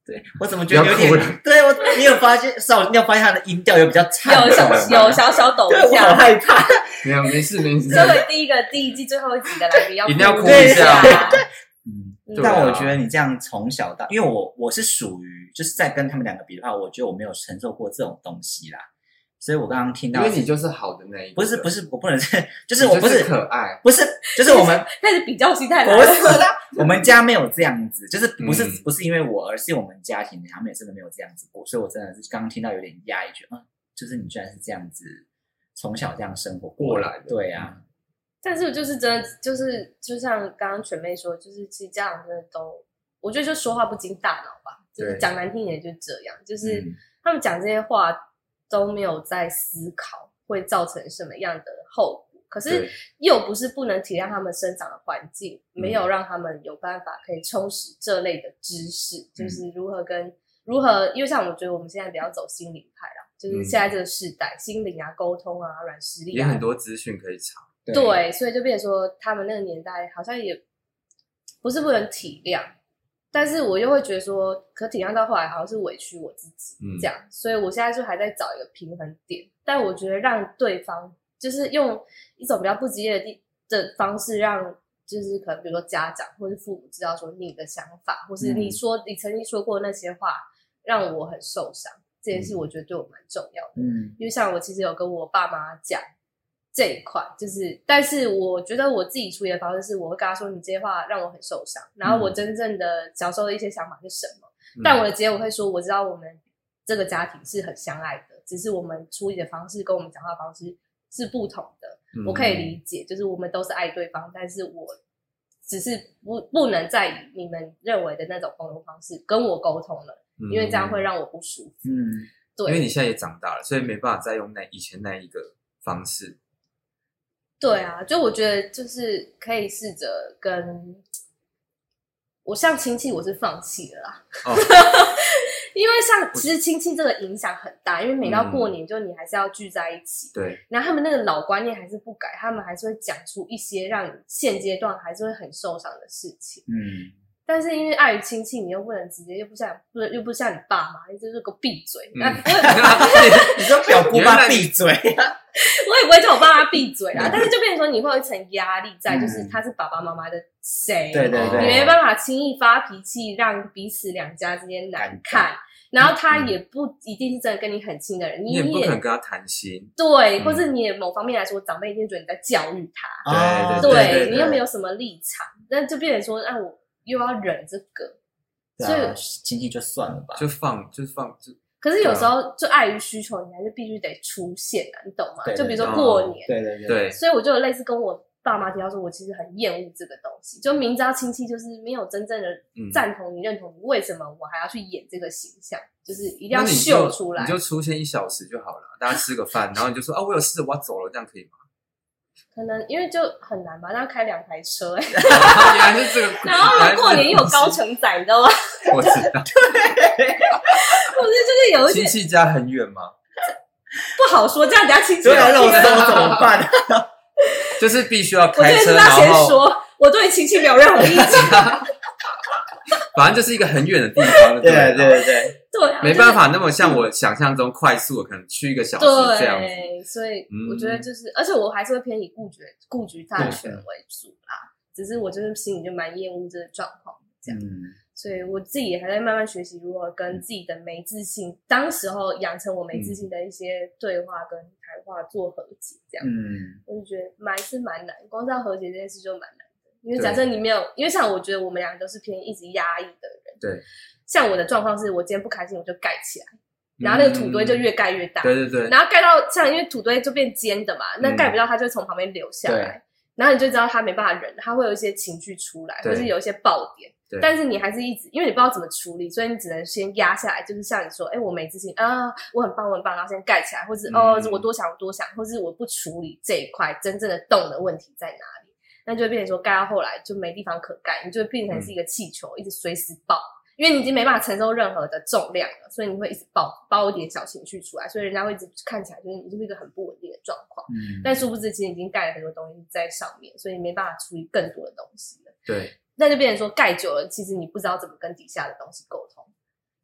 对我怎么觉得有点？对我，你有发现？少，你有发现他的音调有比较颤有小有小小抖一下， 我好害怕。 没有，没事没事。 作为第一个第一季最后一集的来宾，要一定要哭一下。 嗯，但我觉得你这样从小到，因为我我是属于就是在跟他们两个比的话，我觉得我没有承受过这种东西啦。所以我刚刚听到， 因为你就是好的那一个， 不是不是，我不能是，就是我不是可爱， 不是，就是我们开始比较心态来了，不是啦，我们家没有这样子，就是不是、嗯、不是因为我，而是我们家庭他们也真的没有这样子过，所以我真的是刚刚听到有点压抑，觉得、嗯、就是你居然是这样子从小这样生活过来的，对啊。 但是就是真的就是就像刚刚全妹说，就是其实家长真的都，我觉得就说话不经大脑吧，就是讲难听一点就这样，就是他们讲这些话。都没有在思考会造成什么样的后果，可是又不是不能体谅他们生长的环境，没有让他们有办法可以充实这类的知识，嗯、就是如何跟如何，因为像我觉得我们现在比较走心灵派啦，就是现在这个世代，嗯、心灵啊、沟通啊、软实力啊， 也很多资讯可以查。 对，对，所以就变成说他们那个年代好像也不是不能体谅。但是我又会觉得说，可体谅到后来好像是委屈我自己这样，嗯、所以我现在就还在找一个平衡点。但我觉得让对方就是用一种比较不激烈的的方式，让就是可能比如说家长或是父母知道说你的想法，或是你说、嗯、你曾经说过那些话，让我很受伤。这件事我觉得对我蛮重要的，嗯，因为像我其实有跟我爸妈讲。这一块就是，但是我觉得我自己处理的方式是，我会跟他说你这些话让我很受伤，然后我真正的小时候的一些想法是什么，嗯、但我的结果会说，我知道我们这个家庭是很相爱的，只是我们处理的方式跟我们讲话的方式是不同的，嗯、我可以理解，就是我们都是爱对方，但是我只是不不能再以你们认为的那种沟通方式跟我沟通了，嗯、因为这样会让我不舒服。 嗯，对，因为你现在也长大了，所以没办法再用那以前那一个方式。 对啊，就我觉得就是可以试着跟我像亲戚，我是放弃了啦。哦、因为像其实亲戚这个影响很大，因为每到过年就你还是要聚在一起。 对、嗯。 然后他们那个老观念还是不改，他们还是会讲出一些让你现阶段还是会很受伤的事情。嗯。但是因为碍于亲戚，你又不能直接，又不像不又不像你爸妈，就是给我闭嘴。嗯、 你说表姑妈闭嘴、啊。 我也不会叫我爸妈闭嘴啦，但是就变成说你会有一层压力在，就是他是爸爸妈妈的谁， 对对对， 你没办法轻易发脾气，让彼此两家之间难看。然后他也不一定是真的跟你很亲的人， 你也不可能跟他谈心， 对，或是你也某方面来说，长辈一定觉得你在教育他， 对对对对， 你又没有什么立场，那就变成说，那我又要忍这个， 所以亲戚就算了吧， 就放就放就。 可是有时候就碍于需求，你还是必须得出现啊，你懂吗？ 对对对， 就比如说过年， 对对对, 对， 所以我就有类似跟我爸妈提到说，我其实很厌恶这个东西，就明知道亲戚就是没有真正的赞同你、嗯、认同你，为什么我还要去演这个形象？就是一定要秀出来， 你 就, 你就出现一小时就好了，大家吃个饭，然后你就说啊，我有事，我要走了，这样可以吗？ 可能因为就很难吧，那要开两台车哎、欸， 原来是这个。 然后过年有高承载，你知道吗？ 我知道。 对，我觉得就是有一亲戚家很远吗？ 不好说，这样等下亲戚对啊，肉松怎么办？ 就是必须要开车， 我然后先说，我对亲戚没有任何意见。 反正就是一个很远的地方， 对对对对。 对啊， 没办法那么像我想象中快速的，可能去一个小时这样子。 对，所以我觉得就是，嗯、而且我还是会偏以顾局顾局大权为主啦。只是我就是心里就蛮厌恶这个状况这样，嗯、所以我自己也还在慢慢学习如何跟自己的没自信，当时候养成我没自信的一些对话跟谈话做和解这样。嗯，我就觉得蛮是蛮难，光是要和解这件事就蛮难的。因为假设你没有，因为像我觉得我们两个都是偏一直压抑的人。 对。 像我的状况是我今天不开心我就盖起来，然后那个土堆就越盖越大， 对对对， 然后盖到像因为土堆就变尖的嘛，那盖不到它就会从旁边流下来，然后你就知道它没办法忍，它会有一些情绪出来，或是有一些爆点，但是你还是一直因为你不知道怎么处理，所以你只能先压下来，就是像你说，哎，我没自信啊，我很棒我很棒，然后先盖起来，或是、嗯、哦我多想我多想，或是我不处理这一块真正的洞的问题在哪里，那就会变成说盖到后来就没地方可盖，你就会变成是一个气球，嗯、一直随时爆。因为你已经没办法承受任何的重量了，所以你会一直爆爆一点小情绪出来，所以人家会一直看起来就是你就是一个很不稳定的状况。嗯，但殊不知其实已经盖了很多东西在上面，所以你没办法处理更多的东西了。 对， 那就变成说盖久了，其实你不知道怎么跟底下的东西沟通。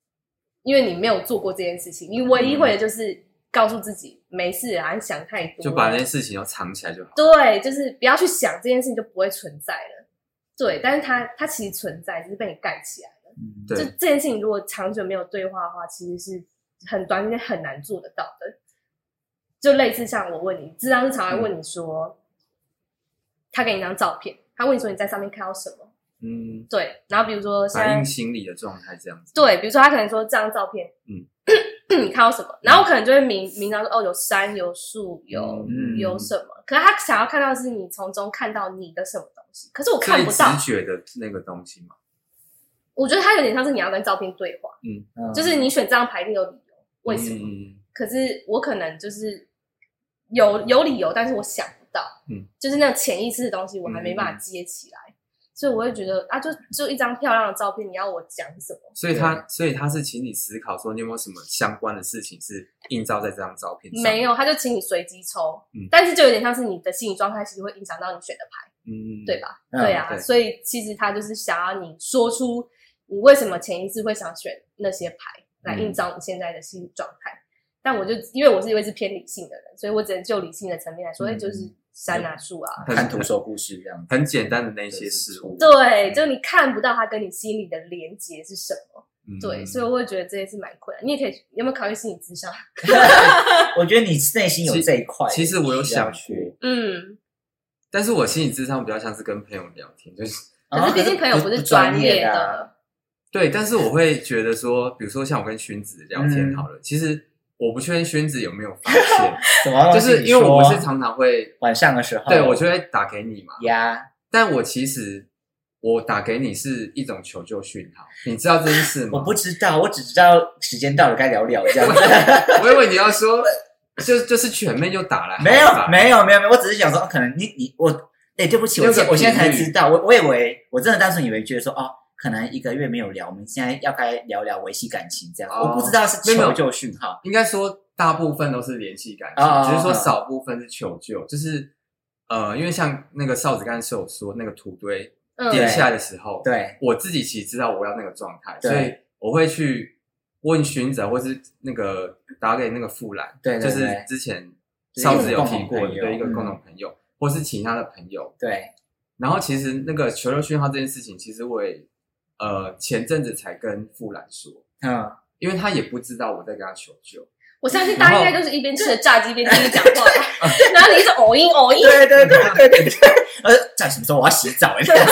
因为你没有做过这件事情，你唯一会的就是告诉自己没事啊，你想太多， 就把那件事情都藏起来就好。 对，就是不要去想这件事情，就不会存在了。对，但是它它其实存在，只是被你盖起来了。 嗯，对。 就这件事情，如果长久没有对话的话，其实是很短时间很难做得到的。就类似像我问你，智商是常常问你说，嗯、他给你一张照片，他问你说你在上面看到什么？嗯，对。然后比如说反映心理的状态这样子。 对，比如说他可能说这张照片，嗯，你看到什么？然后我可能就会明明章说哦，有山，有树，有、嗯、有什么？可是他想要看到的是你从中看到你的什么东西，可是我看不到直觉的那个东西嘛。 我觉得它有点像是你要跟照片对话，嗯，就是你选这张牌一定有理由，为什么？嗯、可是我可能就是有有理由，但是我想不到，嗯，就是那种潜意识的东西，我还没办法接起来，嗯、所以我会觉得啊，就就一张漂亮的照片，你要我讲什么？ 所以他所以他是请你思考说，你有没有什么相关的事情是映照在这张照片上？ 没有，他就请你随机抽，嗯，但是就有点像是你的心理状态，其实会影响到你选的牌，嗯，对吧？嗯、对啊，对，所以其实他就是想要你说出。你为什么潜意识会想选那些牌来映照你现在的心理状态？嗯、但我就因为我是一位是偏理性的人，所以我只能就理性的层面来说，哎、嗯，就是山啊树啊， 看图说故事这样子， 很简单的那些事物。 对，就你看不到它跟你心里的连结是什么。嗯、对，所以我会觉得这些是蛮困难。你也可以有没有考虑心理咨商？ 我觉得你内心有这一块。 其实我有想过，嗯，但是我心理咨商比较像是跟朋友聊天，就是。 可是毕竟朋友不是专业的。啊对，但是我会觉得说，比如说像我跟薰子聊天好了，嗯、其实我不确定薰子有没有发现， 什么就是因为我不是常常会晚上的时候， 对我就会打给你嘛， 呀、yeah ， 但我其实我打给你是一种求救讯号，你知道这件事吗？ 我不知道，我只知道时间到了该聊聊这样子。 我以为你要说，就就是全妹就打来， 没有没有没有没有，我只是想说，可能你你我，哎、欸，对不起，我我现在才知道，我我以为我真的单纯以为觉得说哦。可能一个月没有聊，我们现在要该聊聊维系感情这样。哦、我不知道是求救讯号， 应该说大部分都是联系感情，哦、只是说少部分是求救。哦、就是呃，因为像那个少子刚才是有说那个土堆跌下来的时候， 嗯、对， 我自己其实知道我要那个状态，所以我会去问寻者，或是那个打给那个富兰， 对， 就是之前少子有提过的对一个共同朋友，嗯、或是其他的朋友， 对。 然后其实那个求救讯号这件事情，其实我也。呃，前阵子才跟富兰说，嗯，因为他也不知道我在跟他求救。 我相信大家应该就是一边吃着炸鸡一边听你讲话，然后你一直偶音偶音， 对对对对对对，呃，在什么时候我要洗澡？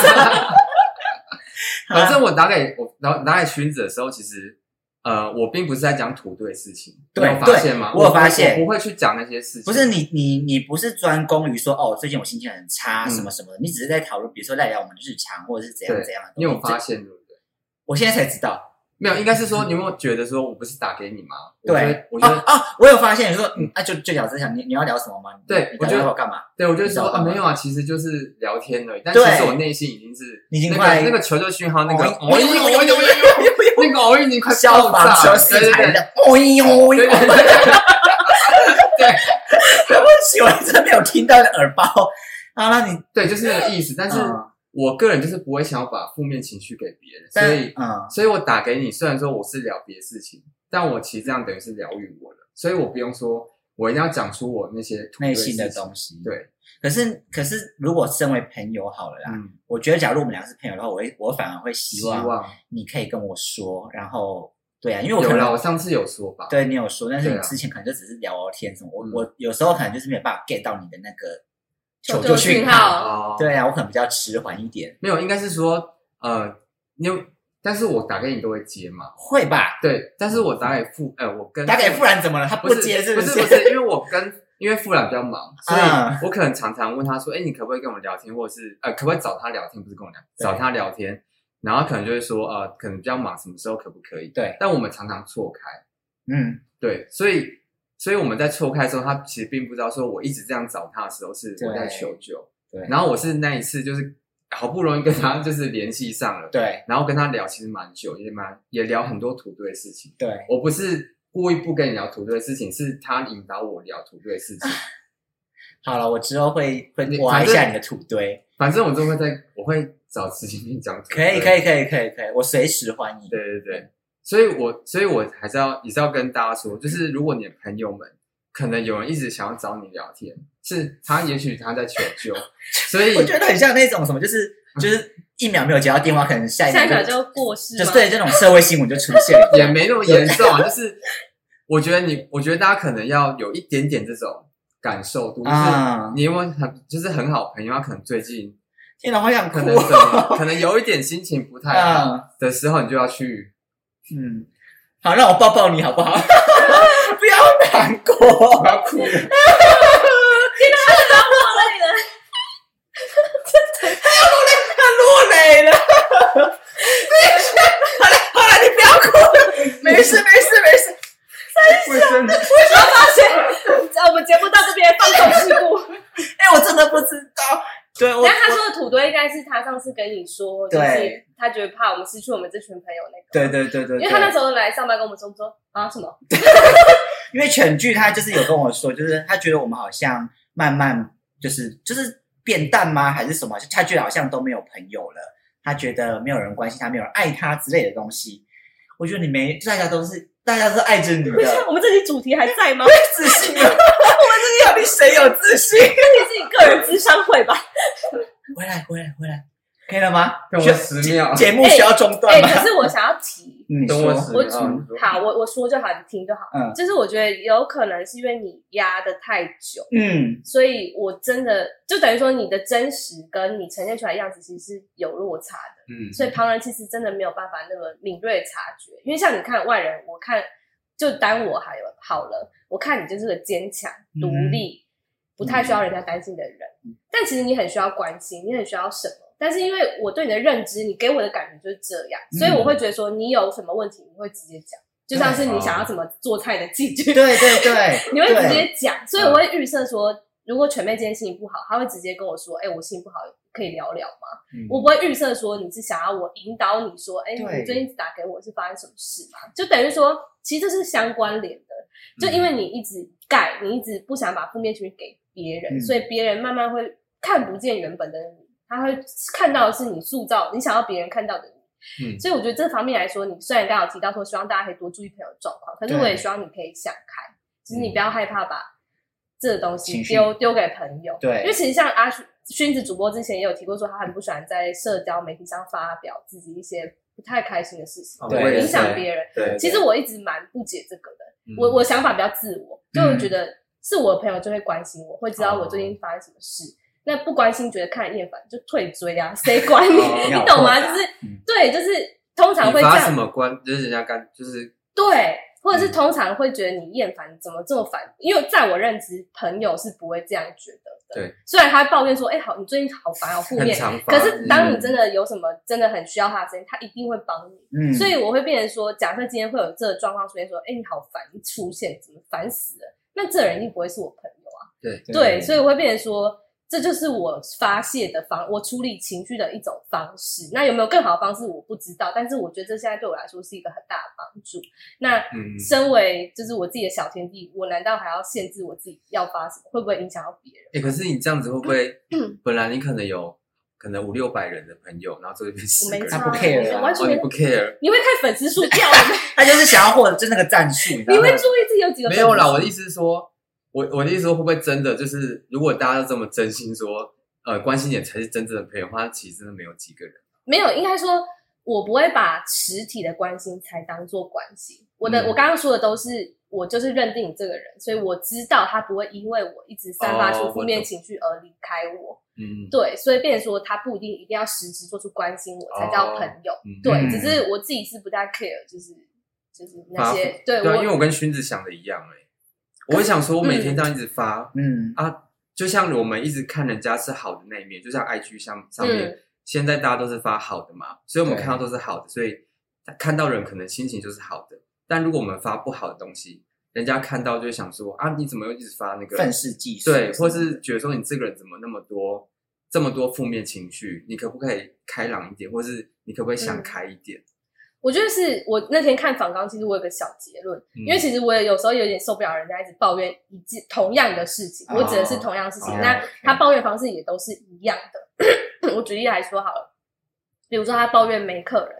反正我打给我打打给薰子的时候，其实呃，我并不是在讲土堆的事情，你有发现吗？ 我有发现， 我不会去讲那些事情。 不是你你你不是专攻于说哦，最近我心情很差、嗯、什么什么的，你只是在讨论，比如说在聊我们的日常或者是怎样怎样的。 你有发现对不对？ 我现在才知道。 没有，应该是说你有没有觉得说我不是打给你吗？ 对， 我觉得啊啊，我有发现，你说嗯啊，就就聊这项，你你要聊什么吗？ 对，我觉得我干嘛？ 对，我就说啊，没有啊，其实就是聊天而已。但其实我内心已经是已经快那个求救讯号，那个哦呦哦呦呦呦，那个哦已经快消防车四台的哦呦哦呦。对，对不起，我真的没有听到的耳包。好了，你对，就是那个意思，但是。我个人就是不会想要把负面情绪给别人，所以，嗯，所以我打给你，虽然说我是聊别的事情，但我其实这样等于是疗愈我了，所以我不用说我一定要讲出我那些内心的东西。 对， 可是，可是如果身为朋友好了啦，嗯、我觉得假如我们俩是朋友的话，我会，我反而会希望你可以跟我说，然后，对啊，因为我可能有啦，我上次有说吧， 对你有说，但是你之前可能就只是聊聊天什么，我、嗯、我有时候可能就是没有办法 get 到你的那个。求救讯号，对啊，我可能比较迟缓一点。 没有，应该是说，呃，你有，但是我打给你都会接嘛？ 会吧？ 对，但是我打给富，呃，我跟打给富兰怎么了？他不接是不是？ 不是不是，因为我跟因为富兰比较忙，所以我可能常常问他说，哎、欸，你可不可以跟我聊天，或者是呃，可不可以找他聊天？不是跟我聊，找他聊天，然后可能就会说，呃，可能比较忙，什么时候可不可以？ 对， 但我们常常错开， 嗯， 对，所以。所以我们在错开的时候，他其实并不知道说我一直这样找他的时候是我在求救。 对， 然后我是那一次就是好不容易跟他就是联系上了， 对， 然后跟他聊其实蛮久，也蛮也聊很多土堆的事情。 对， 我不是故意不跟你聊土堆的事情，是他引导我聊土堆的事情。 好了，我之后会会挖一下你的土堆， 反正我都会在，我会找时间跟你讲土堆。 可以，可以，可以，可以，可以，我随时欢迎。 对对对， 所以我所以我还是要也是要跟大家说，就是如果你的朋友们可能有人一直想要找你聊天，是他也许他在求救，所以我觉得很像那种什么，就是就是一秒没有接到电话，可能下一下一秒就过世， 就是对这种社会新闻就出现了， 也没那么严重啊。就是我觉得你，我觉得大家可能要有一点点这种感受度，就是你有没有很就是很好朋友，他可能最近天哪，好想哭， 可能什么，可能有一点心情不太好的时候，你就要去。 嗯，好，让我抱抱你好不好？不要难过， 不要哭了。天哪，他要落泪了， 真的，他要落泪，他落泪了。好了好了，你不要哭了，没事没事没事。 为什么？ 为什么发现？我们节目到这边放手事故。 哎、欸，我真的不知道。对，我但他说的土堆应该是他上次跟你说，就是他觉得怕我们失去我们这群朋友那个。 对对对 对, 对， 因为他那时候来上班跟我们说说啊什么？ 因为犬剧他就是有跟我说，就是他觉得我们好像慢慢就是就是变淡吗，还是什么？他觉得好像都没有朋友了，他觉得没有人关心他，没有人爱他之类的东西。我觉得你没，大家都是大家都是爱着你的。 我们这集主题还在吗？ 没自信了。我们这集到底谁有自信？这里是你个人諮商会吧？ 回来回来回来，可以了吗？ 等我十秒， 节目需要中断吗？ 哎、欸欸，可是我想要提， 嗯， 等我十秒。 我好，我我说就好，你听就好。嗯，就是我觉得有可能是因为你压得太久， 嗯， 所以我真的就等于说你的真实跟你呈现出来的样子其实是有落差的。嗯，所以旁人其实真的没有办法那么敏锐察觉，因为像你看外人，我看就单我还有好了，我看你就是个坚强、独立、嗯、不太需要人家担心的人、嗯，但其实你很需要关心，你很需要什么？但是因为我对你的认知，你给我的感觉就是这样，所以我会觉得说你有什么问题，你会直接讲，就像是你想要怎么做菜的器具， 对对对， 你会直接讲，所以我会预设说，如果全妹今天心情不好，他会直接跟我说，哎、欸，我心情不好。可以聊聊吗、嗯？我不会预设说你是想要我引导你说，哎、欸，你最近打给我是发生什么事吗？就等于说，其实这是相关联的。就因为你一直盖，你一直不想把负面情绪给别人、嗯，所以别人慢慢会看不见原本的你，他会看到的是你塑造你想要别人看到的你。嗯，所以我觉得这方面来说，你虽然刚刚有提到说希望大家可以多注意朋友的状况，可是我也希望你可以想开，就是你不要害怕把这个东西丢丢给朋友。 对， 因为其实像阿勋子主播之前也有提过说他很不喜欢在社交媒体上发表自己一些不太开心的事情， 对， 影响别人。 对， 其实我一直蛮不解这个的，嗯、我我想法比较自我，就会觉得是我的朋友就会关心我，会知道我最近发生什么事。哦、那不关心，觉得看厌烦就退追啊，谁管你？哦、你懂吗？就是、嗯、对，就是通常会这样。 你发什么关？就是人家干，就是对。或者是通常会觉得你厌烦，你怎么这么烦？因为在我认知，朋友是不会这样觉得的。 对， 虽然他会抱怨说：“哎、欸，好，你最近好烦，好负面。”可是当你真的有什么真的很需要他的时间，他一定会帮你。嗯，所以我会变成说，假设今天会有这个状况出现，说：“哎、欸，你好烦，你出现怎么烦死了？”那这人一定不会是我朋友啊。 对对, 对，所以我会变成说。这就是我发泄的方，我处理情绪的一种方式。那有没有更好的方式，我不知道。但是我觉得这现在对我来说是一个很大的帮助。那身为就是我自己的小天地，我难道还要限制我自己要发什么？会不会影响到别人？ 哎、欸，可是你这样子会不会？本来你可能有可能五六百人的朋友，然后这边十个人， 他不 care， 完全、 哦、你不 care， 你会看粉丝数掉他就是想要获得就那个战术。 你会注意自己有几个粉丝？ 没有啦，我的意思是说。我我的意思说，会不会真的就是，如果大家都这么真心说，呃，关心你才是真正的朋友的话，其实真的没有几个人。 没有，应该说，我不会把实体的关心才当做关心。我的，嗯、我刚刚说的都是，我就是认定你这个人，所以我知道他不会因为我一直散发出负面情绪而离开我。嗯、哦，对，所以变成说，他不一定一定要实质做出关心我才叫朋友。哦嗯、对，只是我自己是不太 care， 就是就是那些对， 对、啊， 我因为我跟勋子想的一样哎、欸。我会想说，我每天这样一直发，嗯啊，就像我们一直看人家是好的那一面，就像 I G 上上面、嗯，现在大家都是发好的嘛，所以我们看到都是好的，所以看到人可能心情就是好的。但如果我们发不好的东西，人家看到就会想说啊，你怎么又一直发那个愤世嫉俗？ 对，或是觉得说你这个人怎么那么多这么多负面情绪？你可不可以开朗一点，或是你可不可以想开一点？嗯我觉得是我那天看访纲，其实我有个小结论、嗯，因为其实我也有时候有点受不了人家一直抱怨一件同样的事情，哦、我指的是同样的事情，哦、那他抱怨方式也都是一样的。我举例来说好了，比如说他抱怨没客人，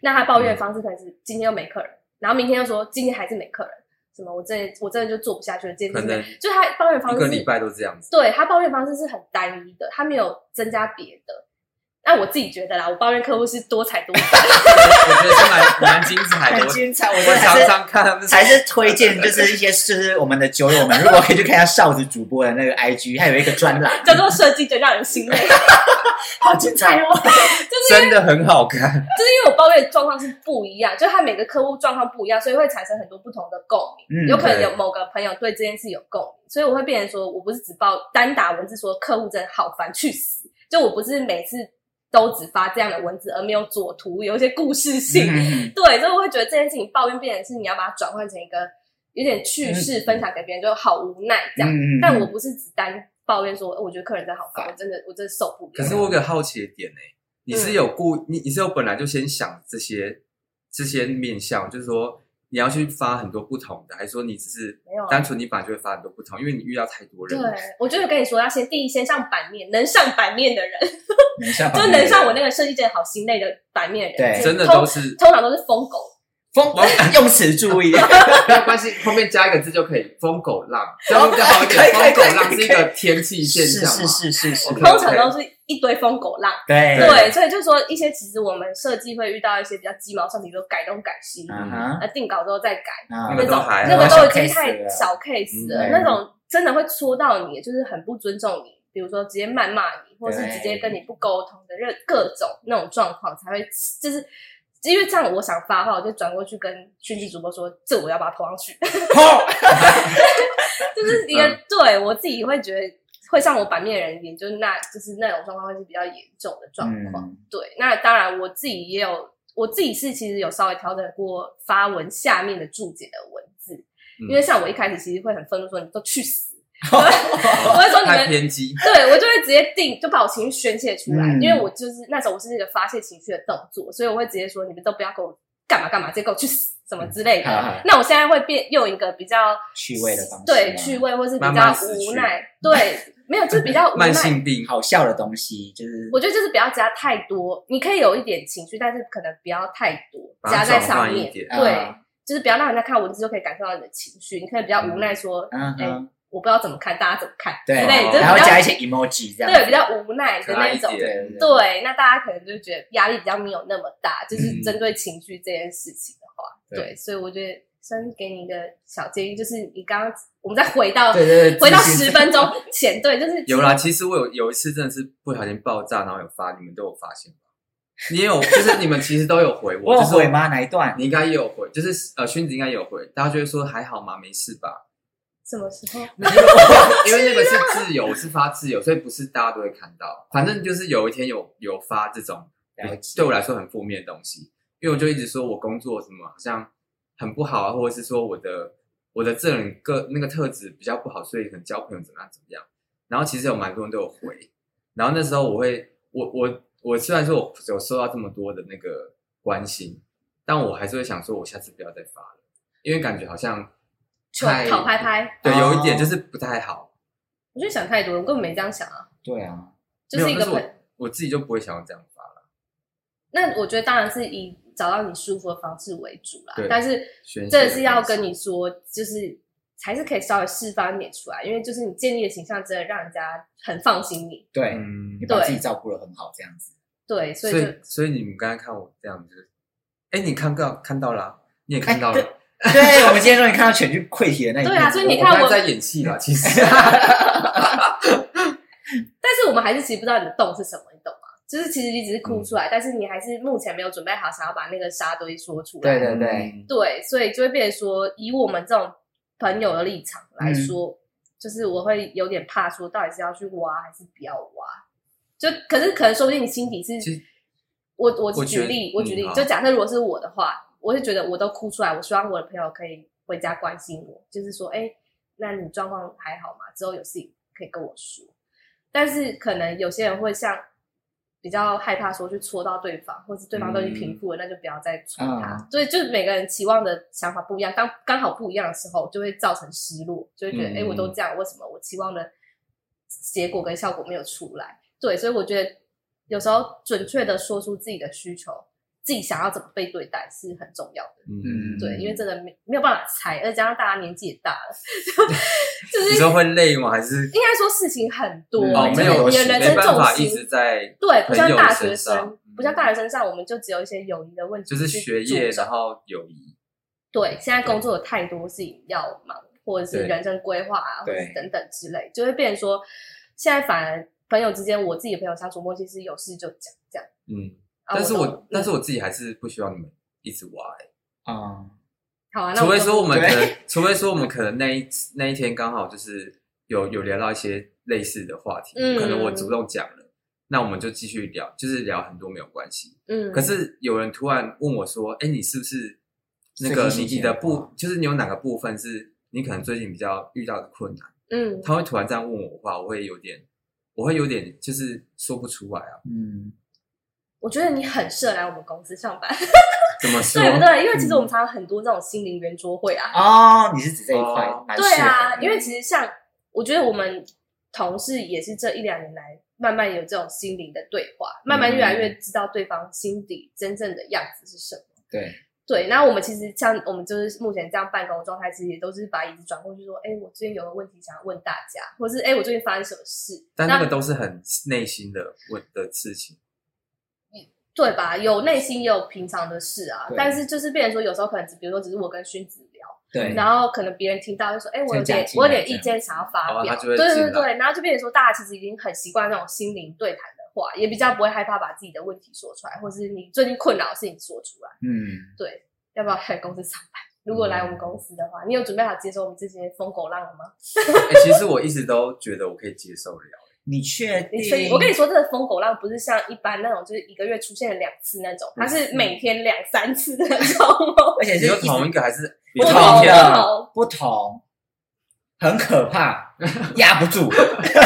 那他抱怨的方式可能是今天又没客人，然后明天又说今天还是没客人，什么我真的我真的就做不下去了，今天可能就他抱怨方式一个礼拜都这样子。 对，他抱怨方式是很单一的，他没有增加别的。那我自己觉得啦，我抱怨客户是多彩多姿我觉得是蛮蛮精彩的， 很精彩。我我常常看他们， 还是推荐就是一些就是我们的酒友们，如果可以去看一下哨子主播的那个 I G， 还有一个专栏叫做设计就让人心累， 好精彩哦， 就是真的很好看。 就是因为我抱怨的状况是不一样，就他每个客户状况不一样，所以会产生很多不同的共鸣。嗯、有可能有某个朋友对这件事有共鸣，所以我会变成说我不是只报单打文字说客户真的好烦去死，就我不是每次都只发这样的文字，而没有左图，有一些故事性。嗯、对，所以我会觉得这件事情抱怨变成是你要把它转换成一个有点趣事分享给别人，就好无奈这样。嗯、但我不是只单抱怨说，我觉得客人真的好烦，我真的我真的受不了。 可是我有个好奇的点呢、欸，你是有故、嗯、你你是有本来就先想这些这些面向，就是说你要去发很多不同的，还是说你只是单纯你本来就会发很多不同，因为你遇到太多人。 对，我就跟你说，要先第一先上版面，能上版面的人。 能上就能上我那个设计真的好心累的版面的人， 对，真的都是通常都是疯狗， 疯用词注意， 没有关系，后面加一个字就可以，疯狗浪，这样比较好一点。疯狗浪是一个天气现象嘛， 是是是是是， 通常都是一堆疯狗浪， 对对，所以就是说一些其实我们设计会遇到一些比较鸡毛蒜皮，比如改东改西，呃，定稿之后再改，那种那个都已经太小 case 了，那种真的会戳到你，就是很不尊重你。比如说直接谩骂你，或是直接跟你不沟通的各种那种状况，才会就是因为这样，我想发的话，我就转过去跟讯息主播说，这我要把它拖上去。就是一个、嗯、对我自己会觉得会上我版面的人，也就是那就是那种状况会是比较严重的状况。嗯、对，那当然我自己也有，我自己是其实有稍微调整过发文下面的注解的文字，嗯、因为像我一开始其实会很愤怒说，你都去死。我会说你们太偏激， 对我就会直接定，就把我情绪宣泄出来，嗯、因为我就是那时候我是那个发泄情绪的动作，所以我会直接说你们都不要给我干嘛干嘛，直接给我去死什么之类的。嗯、那我现在会变用一个比较趣味的方式， 对趣味或是比较无奈，慢慢对，没有就是比较无奈慢性病好笑的东西，就是我觉得就是不要加太多，你可以有一点情绪，但是可能不要太多加在上面，对，嗯、就是不要让人家看文字就可以感受到你的情绪，你可以比较无奈说，嗯哎。嗯我不知道怎么看，大家怎么看？ 对， 之类然后加一些 emoji 这样， 对，比较无奈的那种。对，对那大家可能就觉得压力比较没有那么大，就是针对情绪这件事情的话，嗯、对，所以我觉得算是给你一个小建议，就是你刚刚我们再回到对对对回到十分钟前，对，就是有啦。其实我有有一次真的是不小心爆炸，然后有发，你们都有发现吗？你也有，就是你们其实都有回我， 我有回吗？哪一段？ 你应该也有回，就是呃，薰子应该也有回，大家就会说还好吗？没事吧？ 什么时候？ 因为那个是自由，是发自由，所以不是大家都会看到。反正就是有一天有有发这种对我来说很负面的东西，因为我就一直说我工作什么好像很不好啊，或者是说我的我的这种个那个特质比较不好，所以可能交朋友怎么样怎么样。然后其实有蛮多人都有回，然后那时候我会我我我虽然说我有收到这么多的那个关心，但我还是会想说我下次不要再发了，因为感觉好像。 太讨拍拍， 对，有一点就是不太好。 我就想太多，我根本没这样想啊。 对啊， 就是一个我, 我自己就不会想要这样发了。 那我觉得当然是以找到你舒服的方式为主啦。但是这是要跟你说，就是还是可以稍微释放一点出来，因为就是你建立的形象真的让人家很放心你。 对，嗯、你把自己照顾得很好，这样子。 对，所以所以所以你们刚才看我这样子，哎，你看到看到了，你也看到了。 对，我们今天终于看到全剧溃体的那一面。 对啊，所以你看我， 我在演戏啦，其实。 但是我们还是其实不知道你的洞是什么，你懂吗？就是其实你只是哭出来，嗯、但是你还是目前没有准备好想要把那个沙堆说出来。 对对对， 对，所以就会变成说，以我们这种朋友的立场来说，嗯、就是我会有点怕说，到底是要去挖还是不要挖？就可是可能说不定你心底是，我我举例，我, 我举例，嗯、就假设如果是我的话。我是觉得我都哭出来，我希望我的朋友可以回家关心我，就是说，哎，那你状况还好吗？之后有事情可以跟我说。但是可能有些人会像比较害怕说去戳到对方，或是对方都已经平复了，嗯、那就不要再戳他。嗯、所以就是每个人期望的想法不一样，当刚好不一样的时候，就会造成失落，就会觉得，哎、嗯，我都这样，为什么我期望的结果跟效果没有出来？对，所以我觉得有时候准确的说出自己的需求。 自己想要怎么被对待是很重要的。 嗯， 对，因为真的没没有办法猜，而且加上大家年纪也大了，就是你说会累吗？还是应该说事情很多， 哦，没有， 你的人生重心一直在对，不像大学生， 嗯、 不像大学生上，我们就只有一些友谊的问题， 就是学业，然后友谊。 对，现在工作有太多事情要忙，或者是人生规划啊，或者是等等之类，就会变成说，现在反而朋友之间，我自己的朋友相处默契是有事就讲这样。 嗯。但是我，我但是我自己还是不希望你们一直挖哎、欸， 啊、嗯， 好啊，那除非说我们可能，除非说我们可能那一那一天刚好就是有有聊到一些类似的话题，嗯、可能我主动讲了，那我们就继续聊，就是聊很多没有关系。嗯，可是有人突然问我说：“哎、欸，你是不是那个你你的部，就是你有哪个部分是你可能最近比较遇到的困难？”嗯，他会突然这样问我的话，我会有点，我会有点就是说不出来啊。嗯。 我觉得你很适合来我们公司上班， 怎么说？ 对不对？因为其实我们常常很多这种心灵圆桌会啊。 哦，你是指这一块？ 哦、 对啊，因为其实像我觉得我们同事也是这一两年来慢慢有这种心灵的对话，慢慢越来越知道对方心底真正的样子是什么。 对对，然后我们其实像我们就是目前这样办公的状态，其实也都是把椅子转过去说：“哎，我最近有个问题想要问大家，或是哎，我最近发生什么事。” 但那个都是很内心的问的事情。 对吧？有内心也有平常的事啊，但是就是变成说，有时候可能只比如说只是我跟薰子聊， 对， 然后可能别人听到就说，哎，我有点我有点意见想要发表， 哦、对对对，然后就变成说，大家其实已经很习惯那种心灵对谈的话，也比较不会害怕把自己的问题说出来，或是你最近困扰的事情说出来。嗯，对，要不要来公司上班？如果来我们公司的话，你有准备好接受我们这些疯狗浪了吗？ 欸、其实我一直都觉得我可以接受了。 你确定？ 你确定？我跟你说，这个疯狗浪不是像一般那种，就是一个月出现两次那种，它是每天两三次那种， 而且是同一个还是不同的？不同，很可怕，压不住。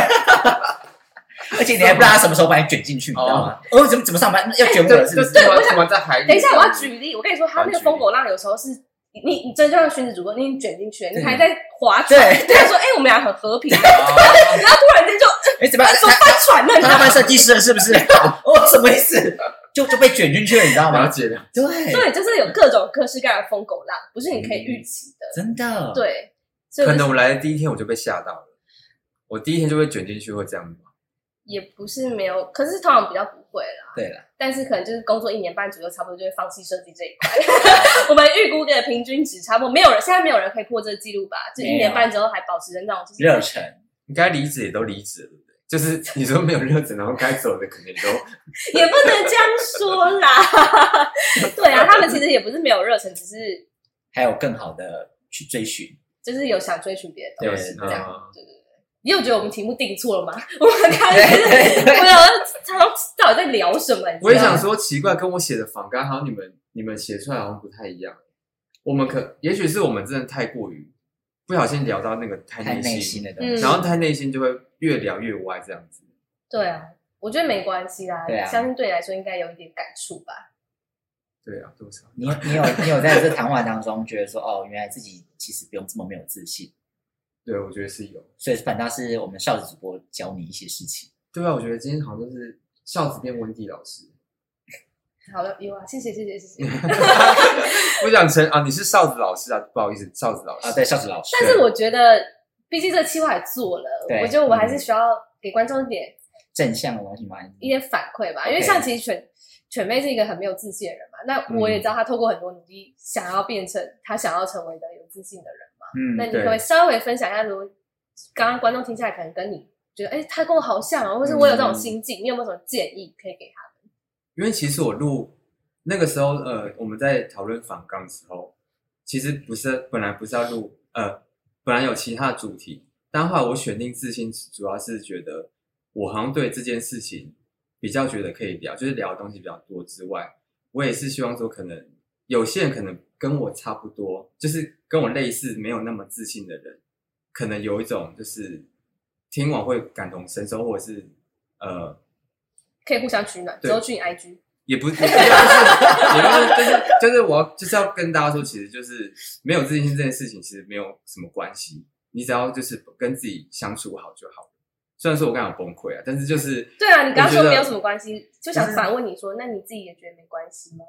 而且你还不知道他什么时候把你卷进去，你知道吗？哦，怎么怎么上班要卷我了？是不是？ 对，我想在海里。 等一下，我要举例。我跟你说，他那个疯狗浪有时候是。你你真就像薰子主播，你已经卷进去了，你还在划船，对他说：“哎、欸，我们俩很和平。”然后突然间就哎、欸，怎么怎么翻船了？ 他当设计师了是不是？哦，什么意思？就就被卷进去了，你知道吗？ 了解了。 对对，就是有各种各式各样的疯狗浪，不是你可以预期的， 嗯、真的。 对， 可能我来的第一天我就被吓到了，我第一天就被卷进去，会这样吗？ 也不是没有，可是通常比较不会啦。 对啦， 但是可能就是工作一年半左右，差不多就会放弃设计这一块。我们预估的平均值差不多，没有人现在没有人可以破这个记录吧？就一年半之后还保持着那种就是热忱。 你该离职也都离职了，对不对？就是你说没有热忱，然后该走的可能都也不能这样说啦。对啊，他们其实也不是没有热忱，只是还有更好的去追寻， 就是有想追寻别的东西， 对这样对对对。你有觉得我们题目定错了吗？我们开始，我想他到底在聊什么？ 我也想说奇怪，跟我写的访纲好像你们你们写出来好像不太一样。我们可也许是我们真的太过于不小心聊到那个太内心， 内心的东西， 然后太内心就会越聊越歪这样子。 对啊，我觉得没关系啦， 对啊， 相信对你来说应该有一点感触吧。 对啊，多少？ 你你有你有在这谈话当中觉得说，哦，原来自己其实不用这么没有自信。 对，我觉得是有， 所以反倒是我们孝子主播教你一些事情。 对啊，我觉得今天好像都是孝子变温蒂老师。 好的，有啊，谢谢谢谢谢谢。 我想成啊，你是孝子老师啊，不好意思，孝子老师啊，对，孝子老师。 但是我觉得，毕竟这个企划也做了，我觉得我还是需要给观众一点正向的东西嘛， 一点反馈吧。因为像其实犬犬妹是一个很没有自信的人嘛，那我也知道她透过很多努力，想要变成她想要成为的有自信的人。嗯，那你可不可以稍微分享一下，如果刚刚观众听下来，可能跟你觉得，哎，他跟我好像哦，或是我有这种心境，嗯、你有没有什么建议可以给他们？ 因为其实我录那个时候，呃，我们在讨论访纲的时候，其实不是本来不是要录，呃，本来有其他的主题，但后来我选定自信，主要是觉得我好像对这件事情比较觉得可以聊，就是聊的东西比较多之外，我也是希望说，可能有些人可能跟我差不多，就是跟我类似没有那么自信的人，可能有一种就是听完会感同身受，或者是呃， 可以互相取暖，之后去你 I G 也不是，也不是，也不是，就是就是我要就是要跟大家说，其实就是没有自信心这件事情其实没有什么关系，你只要就是跟自己相处好就好了。虽然说我刚刚有崩溃啊，但是就是对啊，你刚刚说没有什么关系，就想反问你说，那你自己也觉得没关系吗？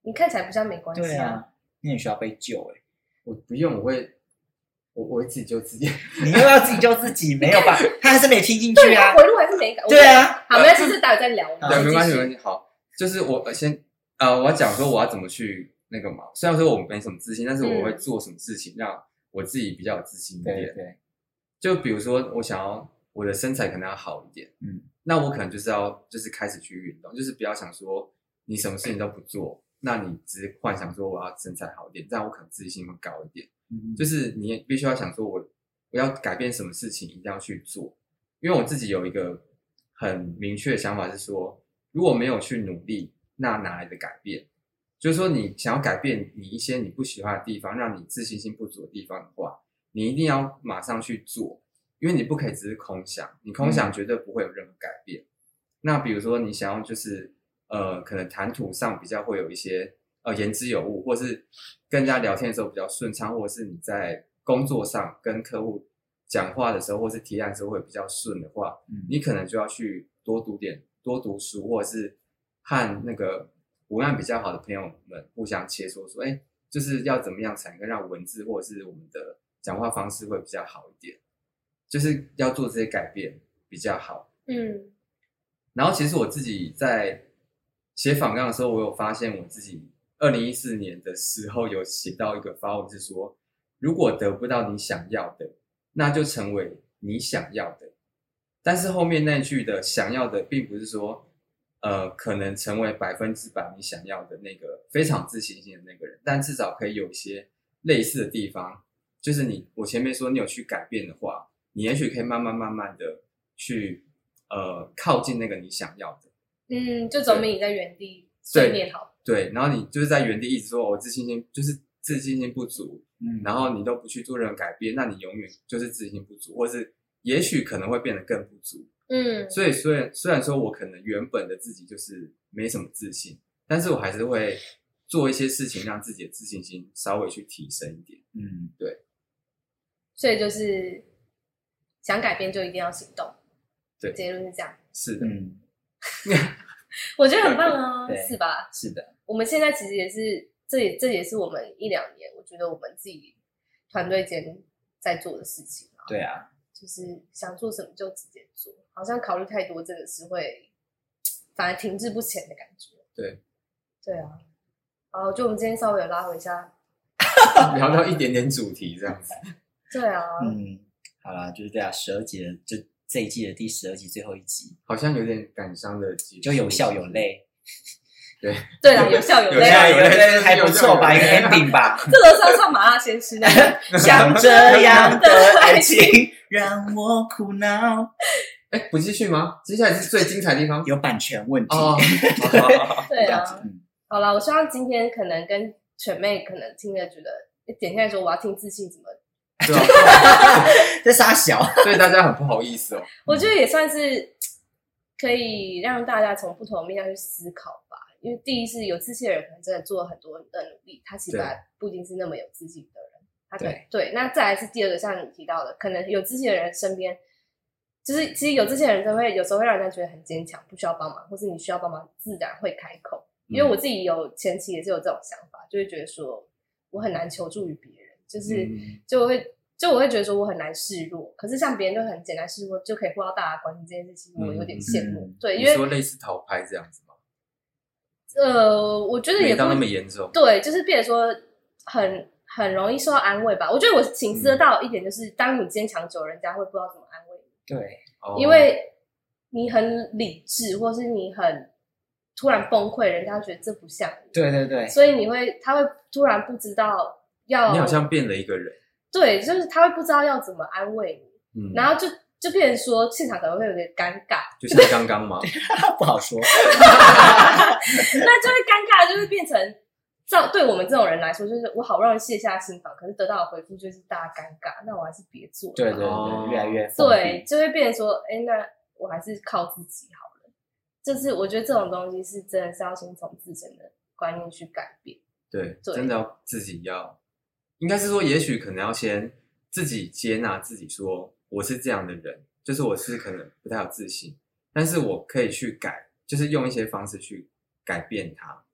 你看起来不像没关系啊。 对啊，你很需要被救哎、欸。 我不用，我会，我我会自己救自己。 你又要自己救自己，没有吧？他还是没听进去啊。 对，回路还是没改。 对啊， 好，没关系，这待会再聊。 对，没关系，没关系。好，就是我先呃，我要讲说我要怎么去那个嘛。虽然说我没什么自信，但是我会做什么事情让我自己比较有自信一点。 对对。 就比如说，我想要我的身材可能要好一点，嗯，那我可能就是要就是开始去运动，就是不要想说你什么事情都不做。那你只是幻想说我要身材好一点，这样我可能自信会高一点。嗯，就是你必须要想说我我要改变什么事情，一定要去做。因为我自己有一个很明确的想法是说，如果没有去努力，那哪来的改变？就是说你想要改变你一些你不喜欢的地方，让你自信心不足的地方的话，你一定要马上去做，因为你不可以只是空想，你空想绝对不会有任何改变。嗯，那比如说你想要就是呃，可能谈吐上比较会有一些呃言之有物，或是跟人家聊天的时候比较顺畅，或者是你在工作上跟客户讲话的时候，或是提案的时候会比较顺的话，嗯，你可能就要去多读点、多读书，或者是和那个文案比较好的朋友们互相切磋，说，哎，就是要怎么样才能让文字或者是我们的讲话方式会比较好一点，就是要做这些改变比较好。嗯，然后其实我自己在写访纲的时候，我有发现我自己二零一四年的时候有写到一个发文是说，如果得不到你想要的，那就成为你想要的。但是后面那句的想要的并不是说呃，可能成为百分之百你想要的那个非常自信心的那个人，但至少可以有一些类似的地方，就是你我前面说你有去改变的话，你也许可以慢慢慢慢的去呃靠近那个你想要的。 嗯，就总比你在原地碎念好。 对，然后你就是在原地一直说我、哦、自信心就是自信心不足，嗯，然后你都不去做任何改变，那你永远就是自信心不足，或是也许可能会变得更不足。嗯，所以虽然虽然说我可能原本的自己就是没什么自信，但是我还是会做一些事情让自己的自信心稍微去提升一点。嗯，对。 所以就是想改变就一定要行动。 对， 结论是这样。 是的。嗯。 我觉得很棒啊，是吧？ 是的。 我们现在其实也是，这也这也是我们一两年，我觉得我们自己团队间在做的事情啊。 对啊， 就是想做什么就直接做，好像考虑太多真的是会反而停滞不前的感觉。 对， 对啊。好，就我们今天稍微有拉回一下， 聊到一点点主题这样子。 对啊， 嗯，好啦，就是对啊，十二集的就这一季的第十二集最后一集， 好像有点感伤的集， 就有笑有泪。 对对啦，有笑有泪， 有泪还不错吧，一个 ending 吧。 这都是要唱麻辣鲜师的。 像这样的爱情让我苦恼。 哎，不继续吗？接下来是最精彩的地方， 有版权问题。 哦、 对啊，好啦，我希望今天可能跟犬妹可能听了觉得点下来说我要听自信怎么。 对啊， 这傻小， 所以大家很不好意思哦。 我觉得也算是可以让大家从不同的面向去思考吧。因为第一是有自信的人，可能真的做了很多的努力，他其实不一定是那么有自信的人。他可能 对, 对，那再来是第二个，像你提到的，可能有自信的人身边，就是其实有自信的人，真会有时候会让人家觉得很坚强，不需要帮忙，或是你需要帮忙，自然会开口。因为我自己有前期也是有这种想法，就会觉得说我很难求助于别人，就是就我会就我会觉得说我很难示弱，可是像别人就很简单示弱就可以获到大家关心这件事情，我有点羡慕。嗯、对，因为你说类似讨拍这样子吗？ 呃，我觉得也不没到那么严重。 对，就是变得说很很容易受到安慰吧。我觉得我省思得到一点就是，当你坚强久，人家会不知道怎么安慰你。 对， 因为你很理智，或是你很突然崩溃，人家觉得这不像你。 对对对， 所以你会，他会突然不知道要， 你好像变了一个人。 对，就是他会不知道要怎么安慰你，嗯、然后就。就变成说现场可能会有点尴尬， 就像刚刚吗？ 不好说。 那就会尴尬，就会变成对我们这种人来说，就是我好不容易卸下心防，可是得到的回复就是大家尴尬，那我还是别做了。 对对对，哦、越来越对，就会变成说，哎，那我还是靠自己好了。就是我觉得这种东西是真的是要先从自身的观念去改变。 对，对真的要自己要，应该是说，也许可能要先自己接纳自己说。我是这样的人，就是我是可能不太有自信，但是我可以去改，就是用一些方式去改变它。